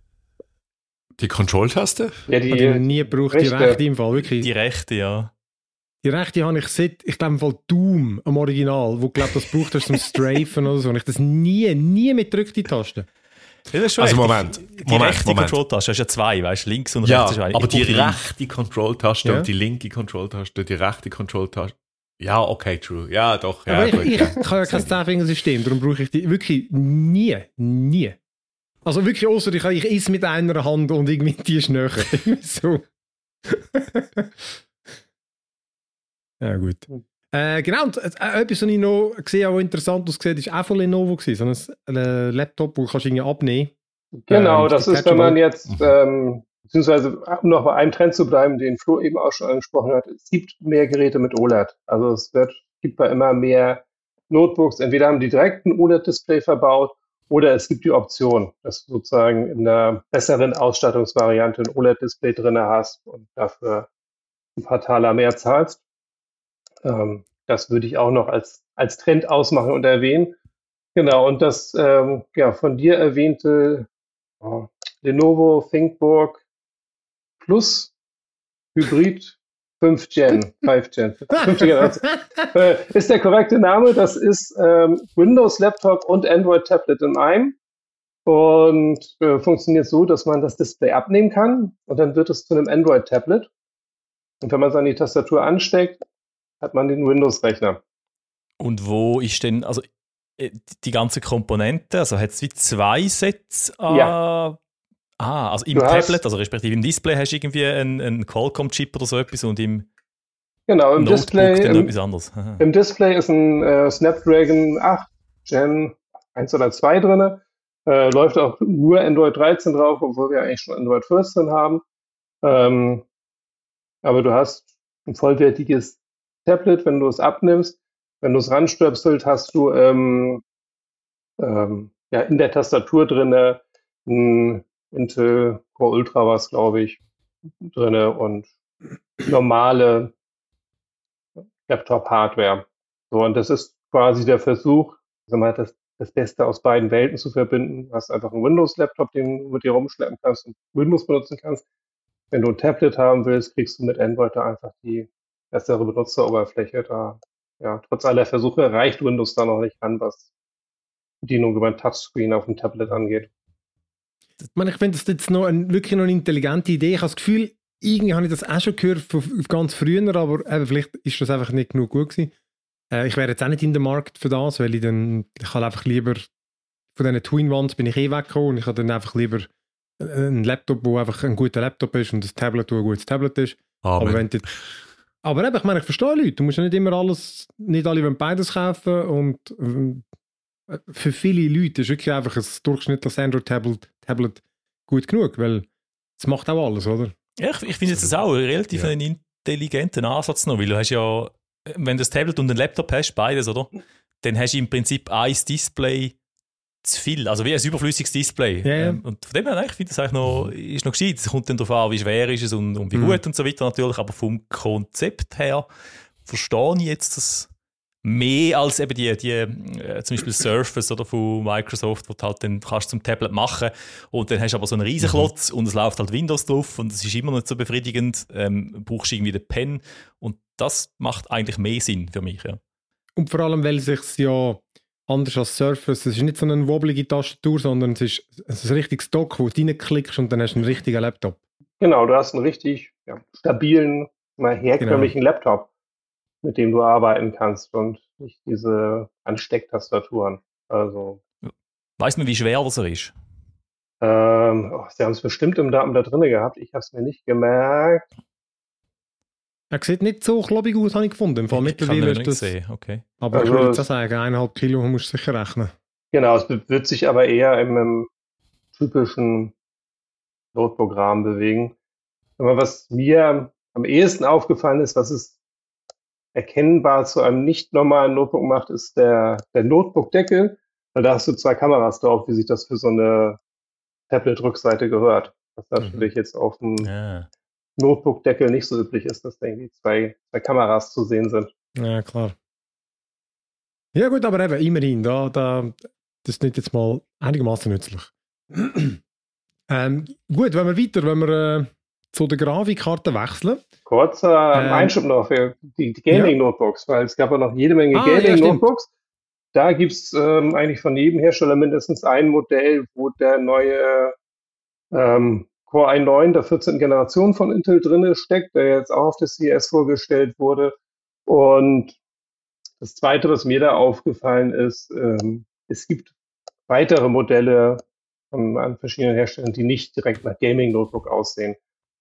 Die Control-Taste? Ja, die nie braucht, die rechte im Fall, wirklich. Die rechte, ja. Die rechte habe ich seit, ich glaube im Fall Doom, am Original, wo glaube das braucht hast zum Strafen oder so, und ich das nie mitdrückt, die Taste. Ja, das ist also Moment. Die rechte Control-Taste, hast ja 2, weißt du, links und rechts ist eine. Aber die rechte Control-Taste und die linke Control-Taste, die rechte Control-Taste. Ja, okay, true. Ja, doch. Ja, aber ich habe ja kein 10-Finger-System, darum brauche ich die wirklich nie. Also wirklich, außer ich esse mit einer Hand und irgendwie die ist näher. So. Ja, gut. Genau, und etwas, was ich noch gesehen habe, was interessant aussieht, ist auch von Lenovo gewesen. So ein Laptop, wo du irgendwie abnehmen kannst. Genau, das ist, wenn man jetzt, beziehungsweise um noch bei einem Trend zu bleiben, den Flo eben auch schon angesprochen hat, es gibt mehr Geräte mit OLED. Also es wird gibt bei immer mehr Notebooks, entweder haben die direkt ein OLED-Display verbaut oder es gibt die Option, dass du sozusagen in einer besseren Ausstattungsvariante ein OLED-Display drin hast und dafür ein paar Taler mehr zahlst. Das würde ich auch noch als Trend ausmachen und erwähnen. Genau, und das von dir erwähnte Lenovo ThinkBook Plus Hybrid 5 Gen, 5 Generation. Ist der korrekte Name. Das ist Windows Laptop und Android Tablet in einem und funktioniert so, dass man das Display abnehmen kann und dann wird es zu einem Android Tablet. Und wenn man es an die Tastatur ansteckt, hat man den Windows-Rechner. Und wo ist denn, also die ganzen Komponenten, also hat es wie 2 Sets an... Ja. Also im Du hast- Tablet, also respektive im Display hast du irgendwie einen Qualcomm-Chip oder so etwas und im Genau, im Notebook Display, dann noch etwas anderes. Aha. im Display ist ein Snapdragon 8 Gen 1 oder 2 drin. Läuft auch nur Android 13 drauf, obwohl wir eigentlich schon Android 14 haben. Aber du hast ein vollwertiges Tablet, wenn du es abnimmst. Wenn du es ranstöpselt, hast du in der Tastatur drin ein Intel Core Ultra was, glaube ich, drin und normale Laptop-Hardware. So, und das ist quasi der Versuch, sagen wir mal, das Beste aus beiden Welten zu verbinden. Du hast einfach einen Windows-Laptop, den du mit dir rumschleppen kannst und Windows benutzen kannst. Wenn du ein Tablet haben willst, kriegst du mit Android da einfach die bessere Benutzeroberfläche. Da, ja, trotz aller Versuche reicht Windows da noch nicht an, was Bedienung über ein Touchscreen auf dem Tablet angeht. Ich meine, ich finde das jetzt wirklich noch eine intelligente Idee. Ich habe das Gefühl, irgendwie habe ich das auch schon gehört von ganz früher, aber vielleicht ist das einfach nicht genug gut gewesen. Ich wäre jetzt auch nicht in der Markt für das, weil ich habe einfach lieber von diesen Twin-Ones bin ich weggekommen und ich habe dann einfach lieber einen Laptop, der einfach ein guter Laptop ist und ein Tablet, das ein gutes Tablet ist. Amen. Aber eben, ich meine, ich verstehe Leute. Du musst ja nicht immer nicht alle wollen beides kaufen und für viele Leute ist wirklich einfach ein durchschnittliches Android-Tablet gut genug, weil es macht auch alles, oder? Ja, ich finde jetzt das auch relativ einen intelligenten Ansatz noch, weil du hast ja, wenn du das Tablet und den Laptop hast, beides, oder? Dann hast du im Prinzip ein Display zu viel, also wie ein überflüssiges Display. Ja. Und von dem her, ich finde das eigentlich noch, ist noch gescheit. Es kommt dann darauf an, wie schwer ist es und wie gut und so weiter natürlich, aber vom Konzept her verstehe ich jetzt das mehr als eben die zum Beispiel Surface oder von Microsoft, wo du halt dann kannst zum Tablet machen und dann hast du aber so einen riesen Klotz und es läuft halt Windows drauf und es ist immer nicht so befriedigend, brauchst irgendwie den Pen und das macht eigentlich mehr Sinn für mich, ja. Und vor allem, weil es sich ja anders als Surface, es ist nicht so eine wobblige Tastatur, sondern es ist ein richtiges Dock, wo du reinklickst und dann hast du einen richtigen Laptop. Genau, du hast einen richtig stabilen, mal herkömmlichen Laptop, mit dem du arbeiten kannst und nicht diese Anstecktastaturen. Also, Weiss man, wie schwer das ist? sie haben es bestimmt im Daten da drin gehabt. Ich habe es mir nicht gemerkt. Er sieht nicht so klobig aus, habe ich gefunden. Im Fall mittlerweile ist das. Sehen. Okay. Aber Also ich würde jetzt auch sagen, 1,5 Kilo musst du sicher rechnen. Genau, es wird sich aber eher im typischen Notebook-Rahmen bewegen. Aber was mir am ehesten aufgefallen ist, was es erkennbar zu einem nicht normalen Notebook macht, ist der Notebook-Deckel. Weil da hast du 2 Kameras drauf, wie sich das für so eine Tablet-Rückseite gehört. Was natürlich jetzt auf dem Notebook-Deckel nicht so üblich ist, dass da irgendwie zwei Kameras zu sehen sind. Ja, klar. Ja gut, aber eben, immerhin, das ist nicht jetzt mal einigermaßen nützlich. Gut, wenn wir zu der Grafikkarte wechseln. Kurzer Einschub noch für die Gaming-Notebooks, weil es gab ja noch jede Menge Gaming-Notebooks. Da gibt es eigentlich von jedem Hersteller mindestens ein Modell, wo der neue Core i9 der 14. Generation von Intel drin steckt, der jetzt auch auf der CES vorgestellt wurde. Und das Zweite, was mir da aufgefallen ist, es gibt weitere Modelle an verschiedenen Herstellern, die nicht direkt nach Gaming-Notebook aussehen.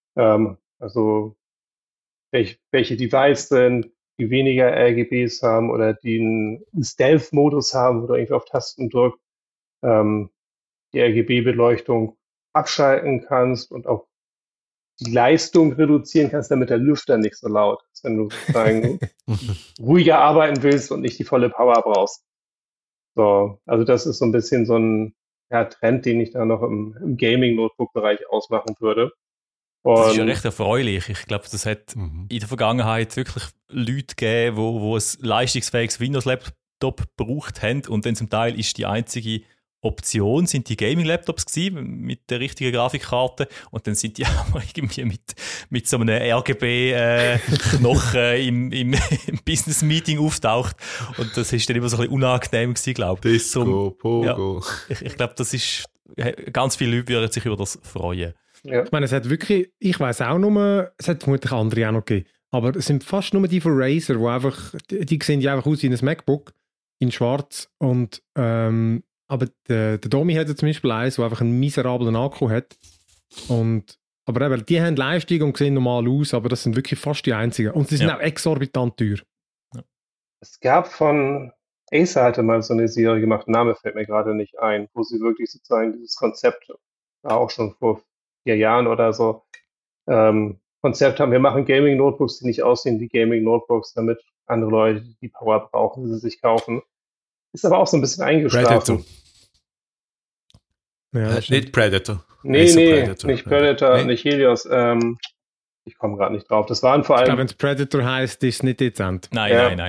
Also welche Device sind, die weniger RGBs haben oder die einen Stealth-Modus haben, wo du irgendwie auf Tasten drückst, die RGB-Beleuchtung abschalten kannst und auch die Leistung reduzieren kannst, damit der Lüfter nicht so laut ist, wenn du sozusagen ruhiger arbeiten willst und nicht die volle Power brauchst. So, also das ist so ein bisschen so ein Trend, den ich da noch im Gaming-Notebook-Bereich ausmachen würde. Das ist ja Und recht erfreulich. Ich glaube, das hat in der Vergangenheit wirklich Leute gegeben, wo ein leistungsfähiges Windows-Laptop gebraucht haben und dann zum Teil ist die einzige Option sind die Gaming-Laptops gewesen, mit der richtigen Grafikkarte und dann sind die auch irgendwie mit so einem RGB-Knochen im Business-Meeting auftaucht und das ist dann immer so ein bisschen unangenehm gewesen, glaube ich. Disco, Pogo. Ja, ich glaube, das ist, ganz viele Leute würden sich über das freuen. ja, Ich meine, es hat wirklich, ich weiss auch nur, es hat vermutlich andere auch noch gegeben, aber es sind fast nur die von Razer, wo einfach, die sehen ja einfach aus wie ein MacBook in schwarz und aber der Domi hat ja zum Beispiel eins, der einfach einen miserablen Akku hat. Aber eben, die haben Leistung und sehen normal aus, aber das sind wirklich fast die einzigen. Und sie sind auch exorbitant teuer. es gab von Acer hatte mal so eine Serie gemacht, Name fällt mir gerade nicht ein, wo sie wirklich sozusagen dieses Konzept, auch schon vor 4 Jahren oder so, Konzept haben, wir machen Gaming-Notebooks, die nicht aussehen wie Gaming-Notebooks, damit andere Leute, die die Power brauchen, sie sich kaufen. Ist aber auch so ein bisschen eingeschlafen. Predator. Ja, Nicht Predator. Nee, Predator. nicht Predator, Nee. nicht Helios. Ich komme gerade nicht drauf. Das waren vor ich glaube, allem wenn es Predator heisst, ist es nicht dezent. Nein.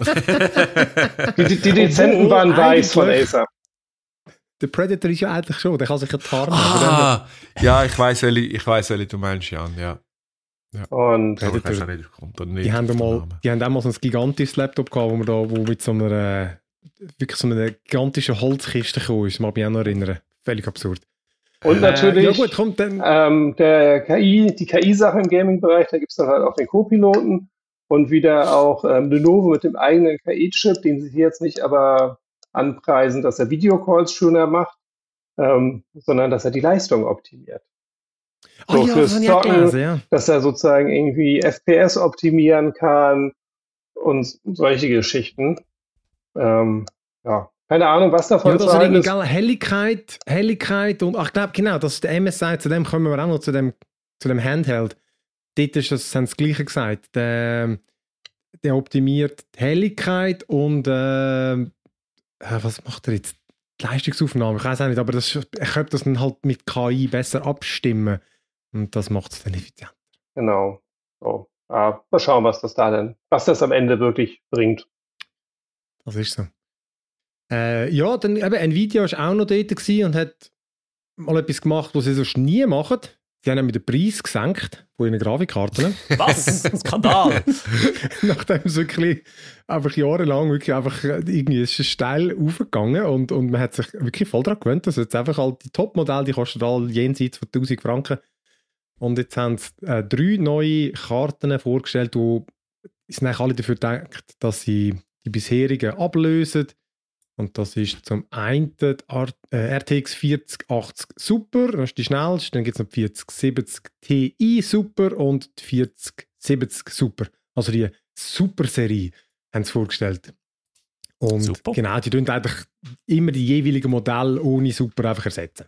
Die Dezenten Obwohl, waren weiß von eigentlich- Acer. Der Predator ist ja eigentlich schon, der kann sich ja tarnen. Ja, ich weiss, welche du meinst, Jan, ja. Und Aber ich weiss auch nicht, kommt da nicht. Die haben der damals ein gigantisches Laptop gehabt, wo mit so einer wirklich so einer gigantischen Holzkiste gekommen ist. Mag mich auch noch erinnern. Völlig absurd. natürlich ja gut, kommt dann. die KI-Sache im Gaming-Bereich, da gibt es dann halt auch den Co-Piloten und wieder auch Lenovo mit dem eigenen KI-Chip, den sie hier jetzt nicht aber anpreisen, dass er Videocalls schöner macht, sondern dass er die Leistung optimiert. So ja, fürs das habe ich auch Zocken, gelesen, ja. dass er sozusagen irgendwie FPS optimieren kann und solche Geschichten. Keine Ahnung, was davon Ja, das zu ist halten irgendwie ist. Helligkeit und ich glaube genau, das ist der MSI, zu dem kommen wir auch noch, zu dem Handheld. Dort ist das, haben sie das Gleiche gesagt. Der optimiert die Helligkeit und was macht er jetzt? Die Leistungsaufnahme, ich weiß auch nicht, aber er könnte das dann halt mit KI besser abstimmen und das macht es dann effizient. Genau. So. Mal schauen, was das am Ende wirklich bringt. Das ist so. Ja, dann eben Nvidia war auch noch dort gewesen und hat mal etwas gemacht, was sie sonst nie machen. Sie haben nämlich den Preis gesenkt von ihren Grafikkarten. Was? Skandal! Nachdem es wirklich einfach jahrelang wirklich einfach irgendwie ist es steil aufgegangen und man hat sich wirklich voll daran gewöhnt, dass jetzt einfach halt die Top-Modelle, die kosten alle jenseits von 1000 Franken. Und jetzt haben sie 3 neue Karten vorgestellt, die sind eigentlich alle dafür gedacht, dass sie die bisherigen ablösen. Und das ist zum einen die RTX 4080 Super, das ist die schnellste. Dann gibt es noch die 4070 Ti Super und die 4070 Super. Also die Super-Serie haben sie vorgestellt. Und Super. genau, die tun eigentlich immer die jeweiligen Modelle ohne Super einfach ersetzen.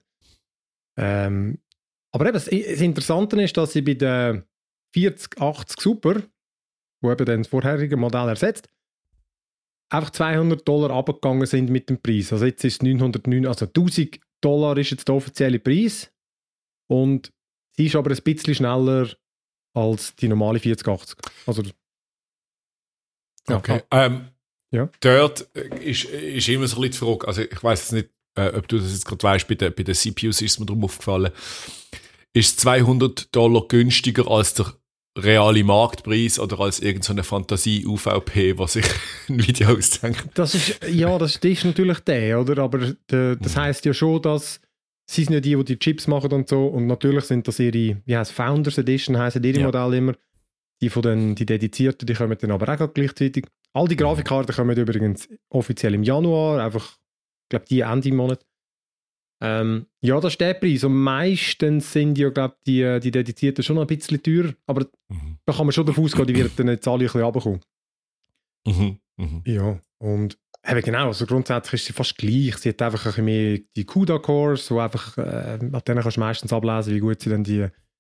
Aber eben, das Interessante ist, dass sie bei der 4080 Super, wo eben dann das vorherige Modell ersetzt, einfach $200 runtergegangen sind mit dem Preis. Also jetzt ist es 909, also $1000 ist jetzt der offizielle Preis. Und sie ist aber ein bisschen schneller als die normale 4080. Also, ja, Okay. Ja. Dort ist immer so ein bisschen die Frage, also ich weiss jetzt nicht, ob du das jetzt gerade weißt, bei den CPUs ist es mir darum aufgefallen, ist es $200 günstiger als der reale Marktpreis oder als irgendeine Fantasie-UVP, was sich Nvidia ausdenkt? das ist natürlich der, oder? Aber das heisst ja schon, dass sie sind ja die Chips machen und so, und natürlich sind das ihre, wie heisst Founders Edition, heissen ihre Modelle immer. Die von die dedizierten, die kommen dann aber auch gleichzeitig. All die Grafikkarten kommen übrigens offiziell im Januar, einfach, ich glaube, die Ende im Monat. Ja, das ist der Preis. Und meistens sind ja, glaube ich, die dedizierten schon noch ein bisschen teurer, aber da kann man schon davon ausgehen, die werden dann jetzt alle ein bisschen runterkommen. Ja, und eben genau, also grundsätzlich ist sie fast gleich. Sie hat einfach ein bisschen mehr die CUDA-Cores, wo einfach, an denen kannst du meistens ablesen, wie gut sie dann die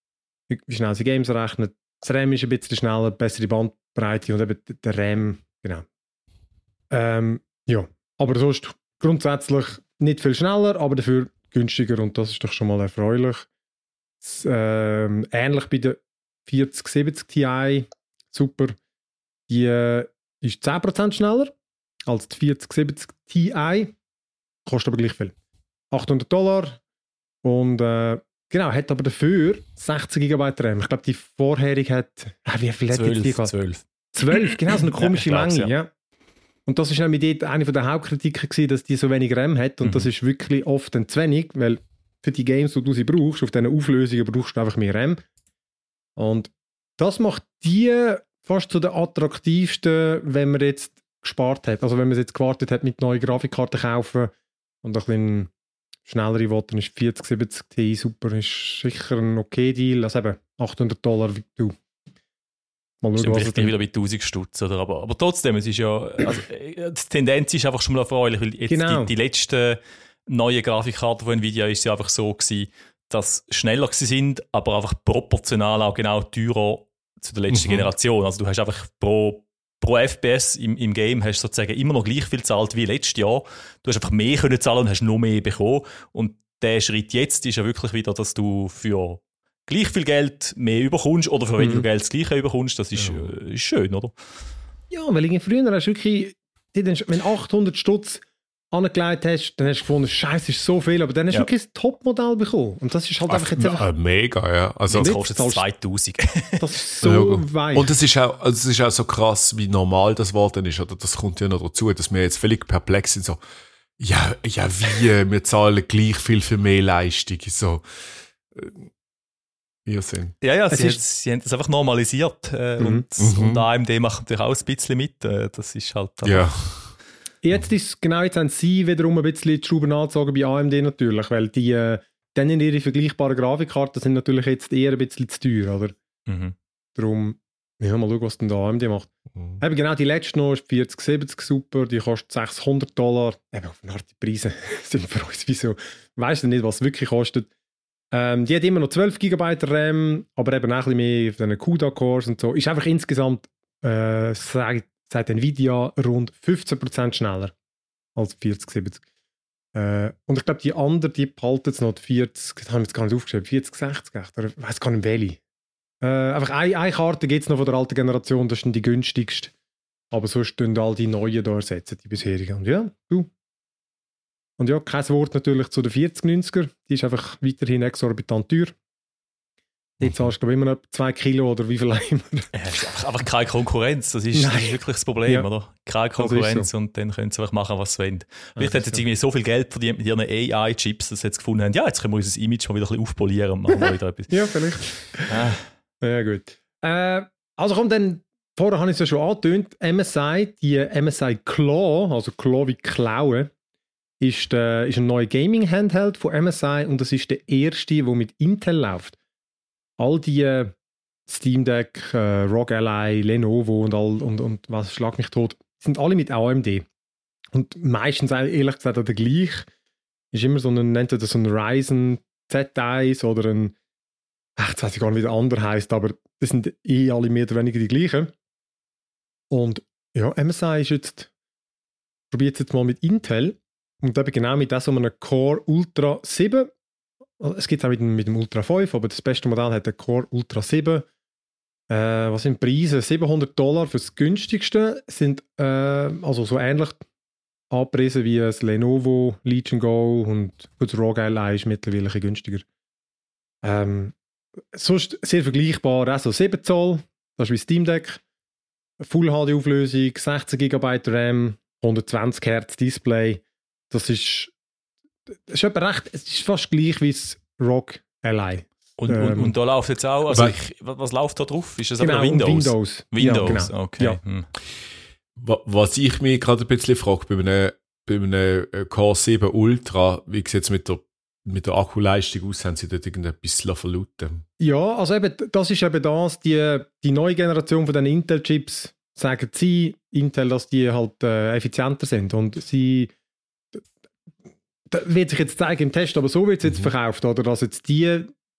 wie schnell sie Games rechnet. Das RAM ist ein bisschen schneller, bessere Bandbreite und eben der RAM, genau. Ja, aber sonst grundsätzlich nicht viel schneller, aber dafür günstiger und das ist doch schon mal erfreulich. Ähnlich bei der 4070 Ti, super, die ist 10% schneller als die 4070 Ti, kostet aber gleich viel. $800 und genau, hat aber dafür 60 GB RAM. Ich glaube, die vorherige hat, wie viel hat jetzt die gehabt? 12, genau, so eine komische Menge, ja. Und das war nämlich dort eine der Hauptkritiken gewesen, dass die so wenig RAM hat und das ist wirklich oft zu wenig, weil für die Games, wo du sie brauchst, auf diesen Auflösungen brauchst du einfach mehr RAM. Und das macht die fast zu der attraktivsten, wenn man jetzt gespart hat. Also wenn man jetzt gewartet hat mit neuen Grafikkarten kaufen und ein bisschen schnellere Worte, ist 4070 Ti super, ist sicher ein okay Deal. Also eben $800 wie du. Mal schauen, vielleicht wieder bei 1000 Stutz, oder? Aber trotzdem, es ist ja, also, die Tendenz ist einfach schon mal erfreulich, weil jetzt genau. die letzten neuen Grafikkarten von Nvidia ist ja einfach so gewesen, dass schneller gewesen sind, aber einfach proportional auch genau teurer zu der letzten Generation. Also du hast einfach pro FPS im Game hast sozusagen immer noch gleich viel gezahlt wie letztes Jahr. Du hast einfach mehr können zahlen und hast noch mehr bekommen. Und der Schritt jetzt ist ja wirklich wieder, dass du für gleich viel Geld mehr überkommst oder für weniger Geld das Gleiche überkommst. Das ist, ist schön, oder? Ja, weil früher hast du wirklich, wenn 800 Stutz angelegt hast, dann hast du gefunden, Scheiße, ist so viel, aber dann hast du wirklich ein Top-Modell bekommen. Und das ist halt einfach jetzt einfach... Mega, ja. Also, jetzt kostet es 2000. Das ist so weich. Und es ist auch so krass, wie normal das geworden ist. Oder das kommt ja noch dazu, dass wir jetzt völlig perplex sind. So, ja, wie? Wir zahlen gleich viel für mehr Leistung. So, Irrsinn. Ja, sie haben das einfach normalisiert. Und AMD macht natürlich auch ein bisschen mit. Das ist halt... Ja. Jetzt haben sie wiederum ein bisschen die Schrauben angezogen bei AMD natürlich, weil die dann in ihre vergleichbaren Grafikkarten sind natürlich jetzt eher ein bisschen zu teuer, oder? Darum, ja, mal schauen, was denn da AMD macht. Eben genau, die letzte noch ist 4070 super, die kostet $600. Eben auf eine harte Preise sind für uns wieso. Weißt du nicht, was es wirklich kostet. Die hat immer noch 12 GB RAM, aber eben auch ein bisschen mehr auf diesen CUDA-Cores und so. Ist einfach insgesamt, sagt Nvidia, rund 15% schneller als 4070. Und ich glaube, die andere, die behalten jetzt noch die 40, das haben wir jetzt gar nicht aufgeschrieben, 4060, oder ich weiss gar nicht welche. Einfach eine Karte gibt es noch von der alten Generation, das ist dann die günstigste. Aber sonst tun all die neuen da ersetzen, die bisherigen. Und ja, du. Und ja, kein Wort natürlich zu der 4090er, die ist einfach weiterhin exorbitant teuer. Jetzt zahlst du immer noch 2 Kilo oder wie viel immer. Einfach keine Konkurrenz, das ist wirklich das Problem, oder? Keine Konkurrenz so. Und dann können sie einfach machen, was sie wollen. Vielleicht haben sie jetzt irgendwie so viel Geld verdient mit ihren AI-Chips, dass sie jetzt gefunden haben, ja, jetzt können wir unser Image mal wieder ein bisschen aufpolieren und machen wieder etwas. Ja, vielleicht. Ja, gut. Also komm, dann, vorher habe ich es ja schon angetönt, MSI, die MSI Claw, also Claw wie Klaue, ist ein neuer Gaming-Handheld von MSI und das ist der erste, der mit Intel läuft. All die Steam Deck, ROG Ally, Lenovo und was schlag mich tot, sind alle mit AMD. Und meistens, ehrlich gesagt, der gleich. Ist immer so entweder so ein Ryzen Z1 oder ein, jetzt weiß ich gar nicht, wie der andere heisst, aber das sind alle mehr oder weniger die gleichen. Und ja, MSI ist jetzt, probiert es jetzt mal mit Intel und eben genau mit so einem Core Ultra 7. Es gibt es auch mit dem Ultra 5, aber das beste Modell hat der Core Ultra 7. Was sind die Preise? $700 für das günstigste. Sind also so ähnlich angepriesen wie das Lenovo Legion Go und das ROG Ally ist mittlerweile ein bisschen günstiger. Sonst sehr vergleichbar, also 7 Zoll, das ist wie Steam Deck. Full HD Auflösung, 16 GB RAM, 120 Hz Display. Das ist etwa recht, es ist fast gleich wie das ROG Ally. Und da läuft jetzt auch, also was läuft da drauf? Ist das genau, Windows? Windows, ja, genau. Okay. Ja. Was ich mich gerade ein bisschen frage, bei einem Core 7 Ultra, wie sieht es mit der Akkuleistung aus? Haben Sie dort irgendetwas verlauten? Ja, also eben, das ist eben das, die neue Generation von den Intel-Chips, sagen sie, Intel, dass die halt effizienter sind und sie das wird sich jetzt zeigen im Test, aber so wird es jetzt verkauft, oder? Dass jetzt die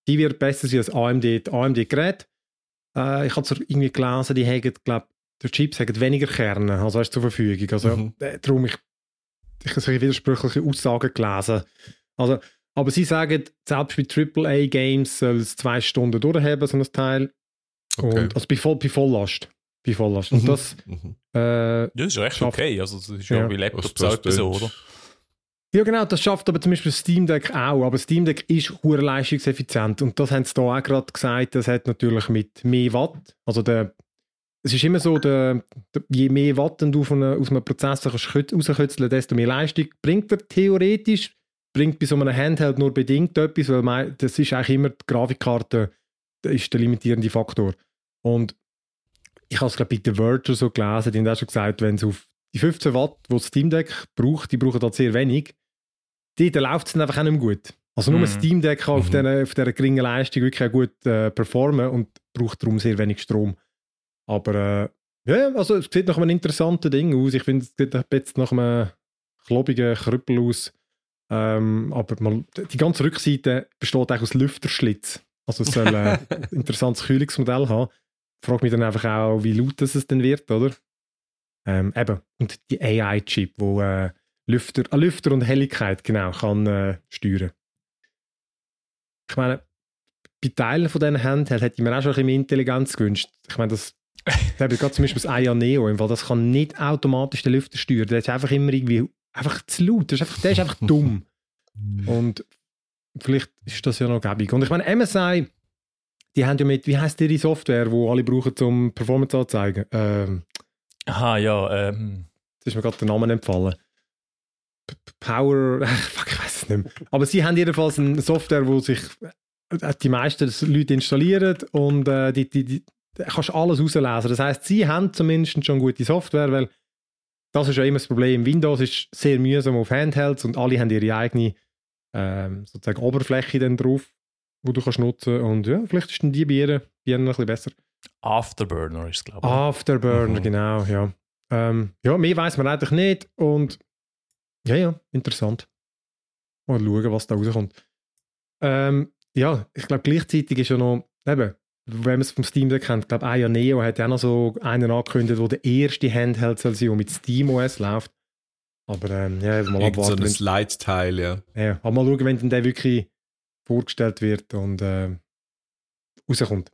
die wird besser sein als AMD. Die AMD-Geräte, ich habe es irgendwie gelesen, die haben, glaube die Chips haben weniger Kerne, also hast du zur Verfügung. Also darum, ich habe widersprüchliche Aussagen gelesen. Also, aber sie sagen, selbst bei AAA-Games soll es 2 Stunden durchhaben, so ein Teil. Okay. Und, also bei Volllast. Und das Ja, das ist recht okay. Also, das ist ja wie Laptops auch so, oder? Ja, genau, das schafft aber zum Beispiel das Steam Deck auch. Aber Steam Deck ist hure leistungseffizient. Und das haben sie da auch gerade gesagt, das hat natürlich mit mehr Watt. Also es ist immer so, je mehr Watt du aus einem Prozessor rauskützeln, desto mehr Leistung bringt er theoretisch. Bringt bei so einem Handheld nur bedingt etwas, weil das ist eigentlich immer die Grafikkarte, das ist der limitierende Faktor. Und ich habe es glaube bei The Verge so gelesen, die haben auch schon gesagt, wenn es auf die 15 Watt, die das Steam Deck braucht, die brauchen halt sehr wenig, da läuft es einfach auch nicht mehr gut. Also nur ein Steam Deck kann auf dieser geringen Leistung wirklich auch gut performen und braucht darum sehr wenig Strom. Aber ja, also es sieht nach einem interessanten Ding aus. Ich finde, es sieht jetzt nach einem klobigen Krüppel aus. Aber die ganze Rückseite besteht eigentlich aus Lüfterschlitz. Also es soll ein interessantes Kühlungsmodell haben. Ich frage mich dann einfach auch, wie laut es denn wird, oder? Eben. Und die AI-Chip, wo Lüfter und Helligkeit genau kann steuern. Ich meine, bei Teilen von diesen Handheld hätte ich mir auch schon ein bisschen mehr Intelligenz gewünscht. Ich meine, das gerade zum Beispiel das Aya Neo, im Fall, das kann nicht automatisch den Lüfter steuern. Der ist einfach immer irgendwie einfach zu laut. Der ist einfach dumm. Und vielleicht ist das ja noch gäbig. Und ich meine, MSI, die haben ja mit, wie heisst die Software, die alle brauchen, um Performance anzuzeigen? Jetzt ist mir gerade der Name entfallen. Power, ich weiß es nicht mehr. Aber sie haben jedenfalls eine Software, wo sich die meisten Leute installieren und die kannst alles rauslesen. Das heisst, sie haben zumindest schon gute Software, weil das ist ja immer das Problem. Windows ist sehr mühsam auf Handhelds und alle haben ihre eigene sozusagen Oberfläche dann drauf, die du kannst nutzen. Und ja, vielleicht ist dann die bei ihnen ein bisschen besser. Afterburner ist es, glaube ich. Afterburner, genau, ja. Ja, mehr weiss man eigentlich nicht und ja, interessant. Mal schauen, was da rauskommt. Ja, ich glaube, gleichzeitig ist ja noch, eben, wenn man es vom Steam Deck kennt, ich glaube, Aya Neo hat ja auch noch so einen angekündigt, wo der erste Handheld soll sein, der mit SteamOS läuft. Aber ja, mal abwarten. So ein Light-Teil, ja. Ja, aber mal schauen, wenn dann der wirklich vorgestellt wird und rauskommt.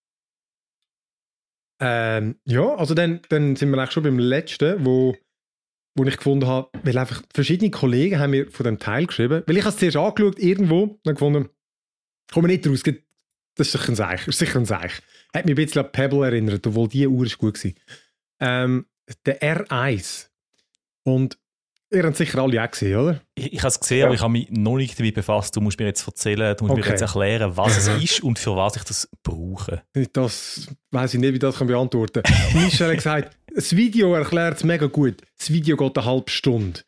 Ja, also dann sind wir eigentlich schon beim letzten, wo ich gefunden habe, weil einfach verschiedene Kollegen haben mir von dem Teil geschrieben, weil ich habe es zuerst angeschaut, irgendwo, dann gefunden, komme nicht raus, das ist sicher ein Seich. Hat mich ein bisschen an Pebble erinnert, obwohl die Uhr ist gut war. Der R1. Und ihr habt es sicher alle auch gesehen, oder? Ich habe es gesehen, aber ich habe mich noch nicht damit befasst. Du musst mir jetzt erzählen, du musst mir jetzt erklären, was es ist und für was ich das brauche. Das weiss ich nicht, wie ich das beantworten kann. Michel hat gesagt, das Video erklärt es mega gut. Das Video geht eine halbe Stunde.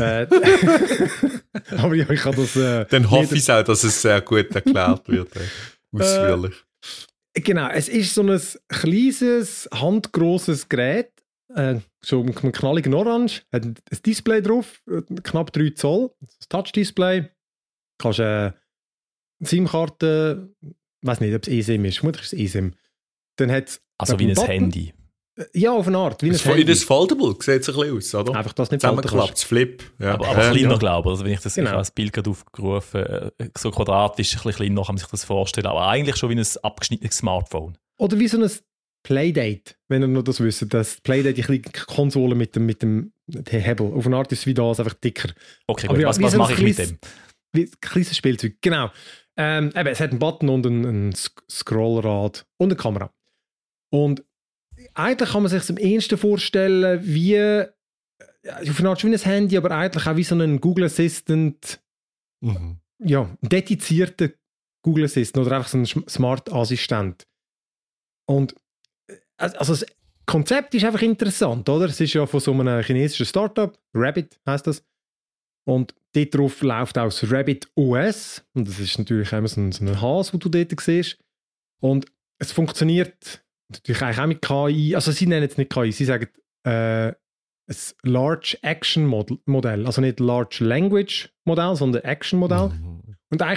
Aber ja, ich habe das... Dann hoffe ich auch, dass es sehr gut erklärt wird. Ausführlich. Genau, es ist so ein kleines, handgrosses Gerät, so mit einem knalligen Orange, hat ein Display drauf, knapp 3 Zoll, ein Touch-Display. Kannst eine SIM-Karte, ich weiß nicht, ob es eSIM ist, vermutlich ist es eSIM. Dann hat's also wie ein Handy. Ja, auf eine Art. Wie ein Handy. Das Foldable sieht es ein bisschen aus, oder? Einfach das nicht zusammengeklappt, das Flip. Ja. Aber kleiner, glaube ich. Also wenn ich das als Bild gerade aufgerufen, so quadratisch, ein bisschen kleiner kann man sich das vorstellen. Aber eigentlich schon wie ein abgeschnittenes Smartphone. Oder wie so ein Playdate, wenn ihr noch das wisst. Das Playdate, die kleine Konsole mit dem Hebel. Auf eine Art ist es wie das, einfach dicker. Okay, gut. Was mache ich mit dem? Wie ein kleines Spielzeug, genau. Eben, es hat einen Button und ein Scrollrad und eine Kamera. Und eigentlich kann man sich am ehesten vorstellen, wie auf eine Art wie ein Handy, aber eigentlich auch wie so ein Google Assistant, ja, ein dedizierter Google Assistant oder einfach so ein Smart Assistent. Und also das Konzept ist einfach interessant, oder? Es ist ja von so einem chinesischen Startup, Rabbit heisst das. Und dort drauf läuft auch das Rabbit OS. Und das ist natürlich immer so ein Hase, den du dort siehst. Und es funktioniert natürlich eigentlich auch mit KI. Also sie nennen es nicht KI, sie sagen ein Large Action Modell. Also nicht Large Language Modell, sondern Action Modell. Und eigentlich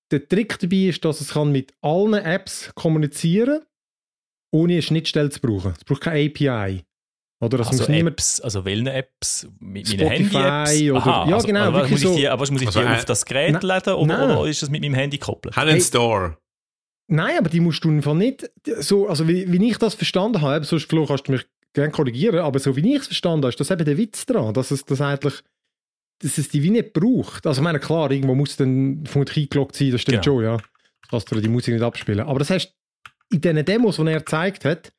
der Trick dabei ist, dass es kann mit allen Apps kommunizieren kann, ohne eine Schnittstelle zu brauchen. Es braucht keine API. Oder das Also muss niemand... Apps, also welche Apps? Mit meinen Spotify Handy-Apps? oder... Aha, ja, also, genau. aber Wirklich muss so, ich die auf das Gerät laden oder ist das mit meinem Handy gekoppelt? Haben einen Store. nein, aber die musst du einfach nicht... So, also wie ich das verstanden habe, sonst Flo, kannst du mich gerne korrigieren, aber so wie ich es verstanden habe, ist das eben der Witz daran, dass es die wie nicht braucht. Also ich meine, klar, irgendwo muss dann vermutlich eingeloggt sein, das stimmt schon, ja. Das kannst du die Musik nicht abspielen. Aber das heißt, in diesen Demos, die er gezeigt hat,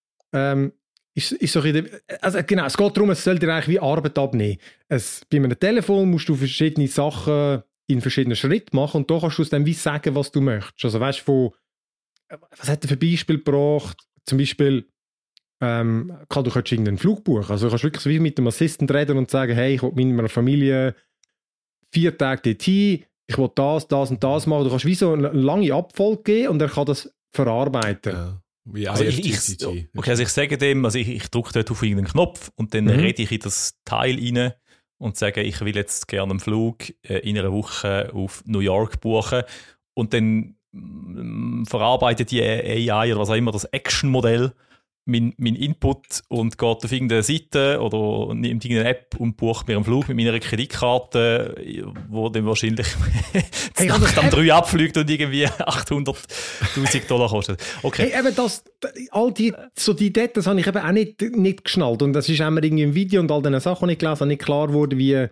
ist so also genau, es geht darum, es soll dir eigentlich wie Arbeit abnehmen. Bei einem Telefon musst du verschiedene Sachen in verschiedenen Schritten machen und da kannst du es dann wie sagen, was du möchtest. Also weißt du, was hat er für Beispiel gebracht? Zum Beispiel, du kannst irgendeinen Flug buchen. Also du kannst wirklich so wie mit dem Assistent reden und sagen, hey, ich will mit meiner Familie 4 Tage dorthin, ich will das und das machen. Du kannst wie so eine lange Abfolge geben und er kann das verarbeiten. Ja. Wie Also IRCTC. ich sage dem, also ich drücke dort auf irgendeinen Knopf und dann rede ich in das Teil rein und sage, ich will jetzt gerne einen Flug in einer Woche auf New York buchen und dann verarbeitet die AI oder was auch immer, das Action-Modell, mein Input und geht auf irgendeine Seite oder nimmt irgendeine App und bucht mir einen Flug mit meiner Kreditkarte, wo dann wahrscheinlich dann 3 abfliegt und irgendwie $800,000 kostet. Okay. Hey, eben die Details habe ich eben auch nicht geschnallt. Und das ist immer irgendwie im Video und all diesen Sachen, die ich gelesen habe, nicht klar geworden, wie...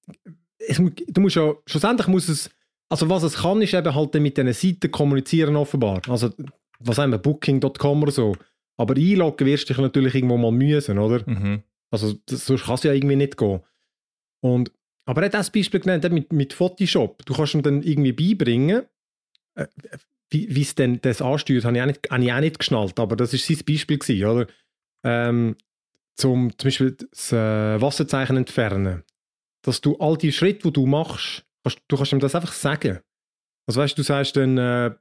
Schlussendlich muss es... Also was es kann, ist eben halt mit diesen Seiten kommunizieren offenbar. Also, was haben wir, Booking.com oder so. Aber einloggen wirst du dich natürlich irgendwo mal müssen, oder? Mhm. Also sonst kann es ja irgendwie nicht gehen. Aber er hat auch das Beispiel genannt mit Photoshop. Du kannst ihm dann irgendwie beibringen, wie es denn das ansteuert, habe ich auch nicht geschnallt, aber das war sein Beispiel gewesen, oder? Zum Beispiel das Wasserzeichen entfernen. Dass du all die Schritte, die du machst, du kannst ihm das einfach sagen. Also weißt du, sagst dann...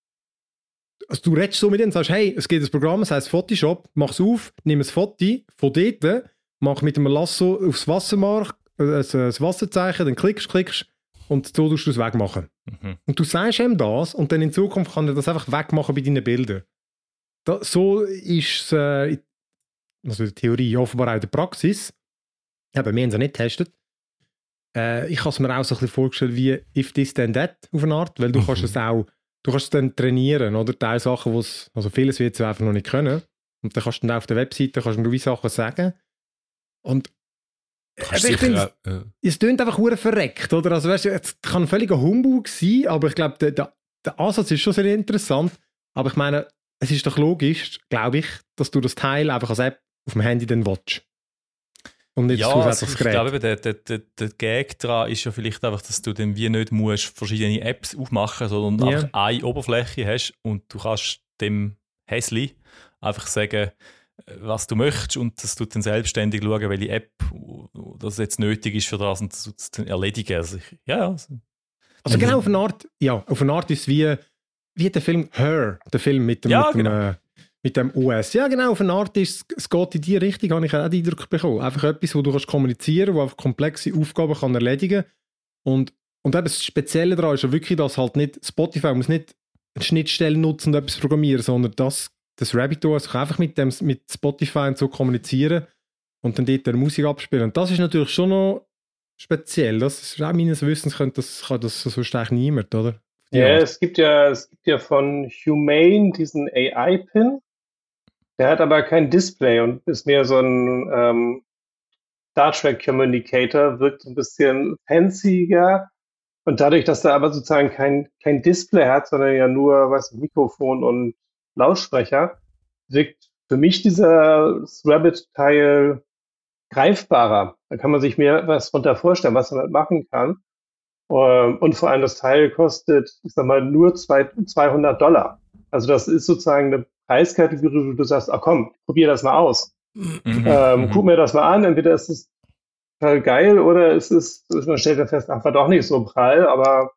Also du redest so mit denen und sagst, hey, es gibt ein Programm, es heisst Photoshop, mach es auf, nimm ein Foto von dort, mach mit dem Lasso aufs das Wasserzeichen, dann klickst und so tust du es wegmachen. Mhm. Und du sagst ihm das und dann in Zukunft kann er das einfach wegmachen bei deinen Bildern. So ist es also in der Theorie, offenbar auch in der Praxis. Aber wir haben es ja nicht getestet. Ich habe es mir auch so ein bisschen vorgestellt wie if this then that auf eine Art, weil du kannst es auch du kannst es dann trainieren, oder? Teil Sachen, also vieles wird es einfach noch nicht können. Und dann kannst du dann auf der Webseite wie Sachen sagen. Und ich finde, es tönt einfach verdammt verreckt, oder? Also weißt du, es kann ein völliger Humbug sein, aber ich glaube, der Ansatz ist schon sehr interessant. Aber ich meine, es ist doch logisch, glaube ich, dass du das Teil einfach als App auf dem Handy dann watchst. Und nicht also ich glaube, der Gag daran ist ja vielleicht einfach, dass du dann wie nicht musst verschiedene Apps aufmachen, sondern einfach eine Oberfläche hast und du kannst dem Häsli einfach sagen, was du möchtest und dass du dann selbstständig schauen, welche App das jetzt nötig ist für das und das dann erledigen. Also genau auf eine Art ist es wie der Film Her, der Film mit dem OS. Ja, genau, auf eine Art ist es geht in die Richtung, habe ich auch den Eindruck bekommen. Einfach etwas, wo du kannst kommunizieren, wo einfach komplexe Aufgaben kann erledigen kann. Und eben das Spezielle daran ist ja wirklich, dass halt nicht Spotify muss nicht eine Schnittstelle nutzen und etwas programmieren, sondern das RabbitOS kann einfach mit Spotify und so kommunizieren und dann dort eine Musik abspielen. Und das ist natürlich schon noch speziell. Das ist auch meines Wissens kann das so stark niemand, oder? Ja, es gibt ja von Humane diesen AI-Pin. Der hat aber kein Display und ist mehr so ein Star Trek Communicator, wirkt so ein bisschen fancier. Und dadurch, dass er aber sozusagen kein Display hat, sondern ja nur Mikrofon und Lautsprecher, wirkt für mich dieses Rabbit-Teil greifbarer. Da kann man sich mehr was drunter vorstellen, was man damit machen kann. Und vor allem das Teil kostet, ich sag mal, nur $200. Also das ist sozusagen eine Preiskategorie, wo du sagst, komm, probier das mal aus. Guck mir das mal an, entweder ist es total geil oder man stellt dann fest, war doch nicht so prall, aber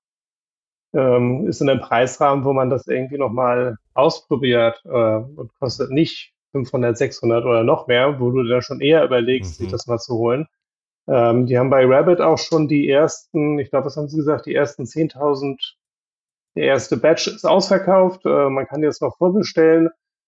ist in einem Preisrahmen, wo man das irgendwie nochmal ausprobiert und kostet nicht 500, 600 oder noch mehr, wo du dann schon eher überlegst, sich das mal zu holen. Die haben bei Rabbit auch schon die ersten, ich glaube, was haben sie gesagt, die ersten 10.000 Der erste Batch ist ausverkauft. Man kann jetzt noch vorbestellen.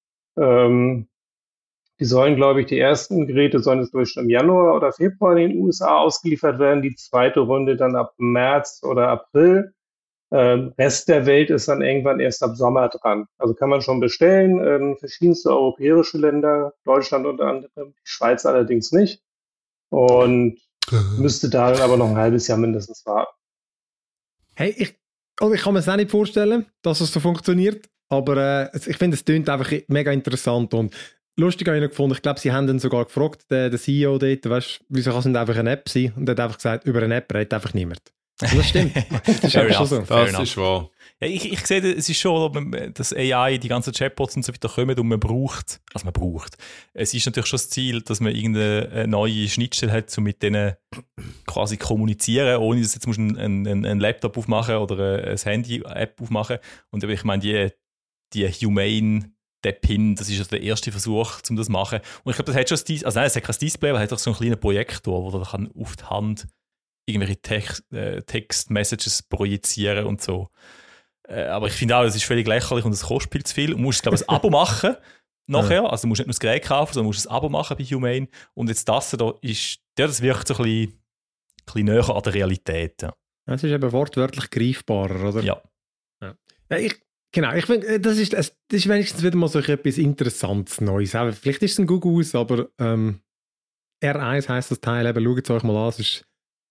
Die sollen, glaube ich, die ersten Geräte sollen jetzt durch im Januar oder Februar in den USA ausgeliefert werden. Die zweite Runde dann ab März oder April. Rest der Welt ist dann irgendwann erst ab Sommer dran. Also kann man schon bestellen. Verschiedenste europäische Länder, Deutschland unter anderem, die Schweiz allerdings nicht. Und müsste da dann aber noch ein halbes Jahr mindestens warten. Hey, ich kann mir es auch nicht vorstellen, dass es so funktioniert, aber ich finde, es klingt einfach mega interessant und lustig habe ich noch gefunden. Ich glaube, sie haben ihn sogar gefragt, der CEO dort, weißt du, wieso kann es nicht einfach eine App sein? Und er hat einfach gesagt, über eine App redet einfach niemand. Und das stimmt. Das ist einfach schon so. Das ist wahr. Ja, ich sehe, es ist schon, dass AI, die ganzen Chatbots und so weiter kommen und man braucht. Es ist natürlich schon das Ziel, dass man irgendeine neue Schnittstelle hat, um mit denen quasi kommunizieren, ohne dass jetzt musst du einen Laptop aufmachen oder ein Handy-App aufmachen. Und ich meine, die Humane, der PIN, das ist also der erste Versuch, um das zu machen. Und ich glaube, das hat schon es hat kein Display, aber es hat auch so einen kleinen Projektor, wo man auf die Hand irgendwelche Text-Messages projizieren und so. Aber ich finde auch, das ist völlig lächerlich und es kostet viel zu viel. Du musst, glaube ich, ein Abo machen nachher. Also du musst nicht nur das Gerät kaufen, sondern du musst ein Abo machen bei Humane. Und jetzt das da ist, ja, das wirkt so ein bisschen näher an der Realität. Ja. Das ist eben wortwörtlich greifbarer, oder? Ja. Ich finde, das ist wenigstens wieder mal so etwas Interessantes Neues. Auch, vielleicht ist es ein Google, aber R1 heisst das Teil, eben, schaut es euch mal an, es ist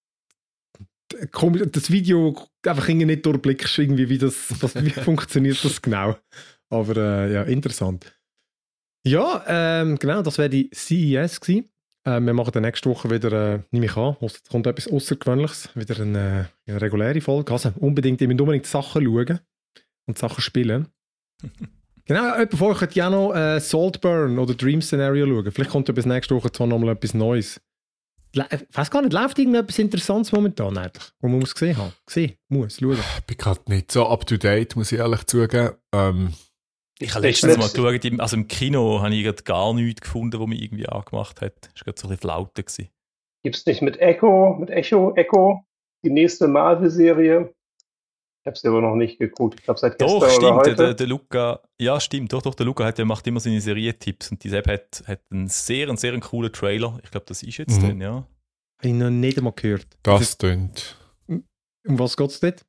das Video einfach nicht durchblickst, irgendwie, wie funktioniert das genau. Aber ja, interessant. Ja, genau, das wäre die CES gewesen. Wir machen dann nächste Woche wieder, nehme ich an, es kommt etwas Außergewöhnliches, wieder eine reguläre Folge. Also ihr müsst unbedingt Sachen schauen und Sachen spielen. Genau, jemand von euch könnte ja noch Saltburn oder Dream Scenario schauen. Vielleicht kommt ja bis nächste Woche zwar nochmal etwas Neues. Ich weiß gar nicht, läuft irgendetwas Interessantes momentan eigentlich, wo man muss gesehen haben? Schauen. Ich bin gerade nicht so up to date, muss ich ehrlich zugeben. Ich habe letztens mal geschaut, also im Kino habe ich gerade gar nichts gefunden, was mich irgendwie angemacht hat. Das war gerade so ein bisschen Flaute. Gibt es nicht mit Echo, die nächste Marvel-Serie? Ich habe sie aber noch nicht geguckt. Ich glaube, seit gestern oder heute. Doch, stimmt. Der Luca, ja, stimmt. Doch, der Luca macht immer seine Serientipps und die App hat einen sehr coolen Trailer. Ich glaube, das ist jetzt drin, ja. Habe ich noch nicht einmal gehört. Das tönt. Um was geht es dort?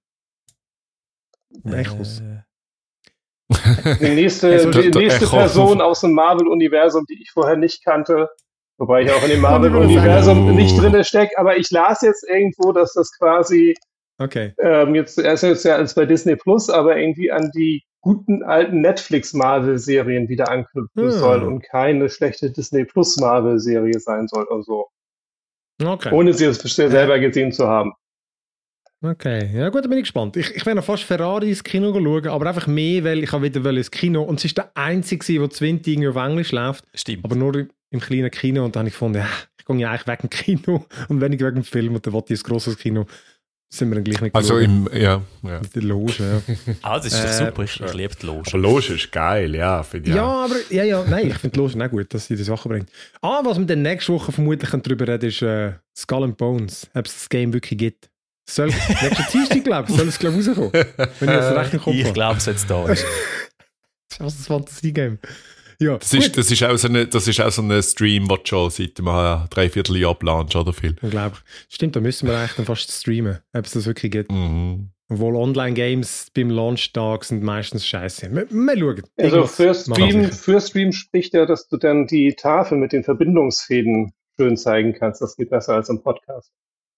Echos. Die nächste Person aus dem Marvel-Universum, die ich vorher nicht kannte, wobei ich auch in dem Marvel-Universum nicht drin stecke, aber ich las jetzt irgendwo, dass das quasi jetzt ja als bei Disney Plus, aber irgendwie an die guten alten Netflix-Marvel-Serien wieder anknüpfen soll und keine schlechte Disney Plus-Marvel-Serie sein soll oder so. Okay. Ohne sie selber gesehen zu haben. Okay, ja gut, dann bin ich gespannt. Ich wäre noch fast Ferrari ins Kino schauen, aber einfach mehr, weil ich wieder ins Kino und es ist der einzige, der Zwinti auf Englisch läuft. Stimmt. Aber nur im kleinen Kino und dann habe ich gefunden, ich gehe ja eigentlich wegen dem Kino und weniger wegen dem Film und dann wollte ich ein grosses Kino. Sind wir dann gleich nicht also ja. Mit der Loge, ja. Das ist doch super, ich liebe die Loge. Aber Loge ist geil, ja, finde ich. Ja, aber nein, ich finde die Loge auch gut, dass sie die Sachen bringt. Was wir dann nächste Woche vermutlich darüber reden, ist Skull and Bones, ob es das Game wirklich gibt. Nächsten Dienstag, glaube ich, soll es rauskommen. Wenn ich das recht im Kopf habe. Ich glaube, es jetzt da ist. Das ist ein Fantasie-Game. Ja, das ist auch so ein Stream, was schon seit einem Dreivierteljahr planst, oder viel? Unglaublich. Stimmt, da müssen wir eigentlich dann fast streamen, ob es das wirklich gibt. Mhm. Obwohl Online-Games beim Launchtag sind meistens scheiße. Wir schauen. Also für Stream spricht ja, dass du dann die Tafel mit den Verbindungsfäden schön zeigen kannst. Das geht besser als im Podcast.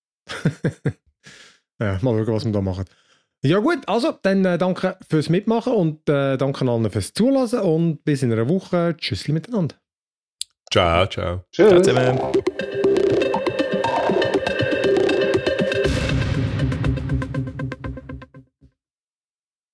Ja, mal schauen, was wir da machen. Ja gut, also dann danke fürs Mitmachen und danke allen fürs Zulassen und bis in einer Woche. Tschüssli miteinander. Ciao. Tschüss. Ciao zusammen.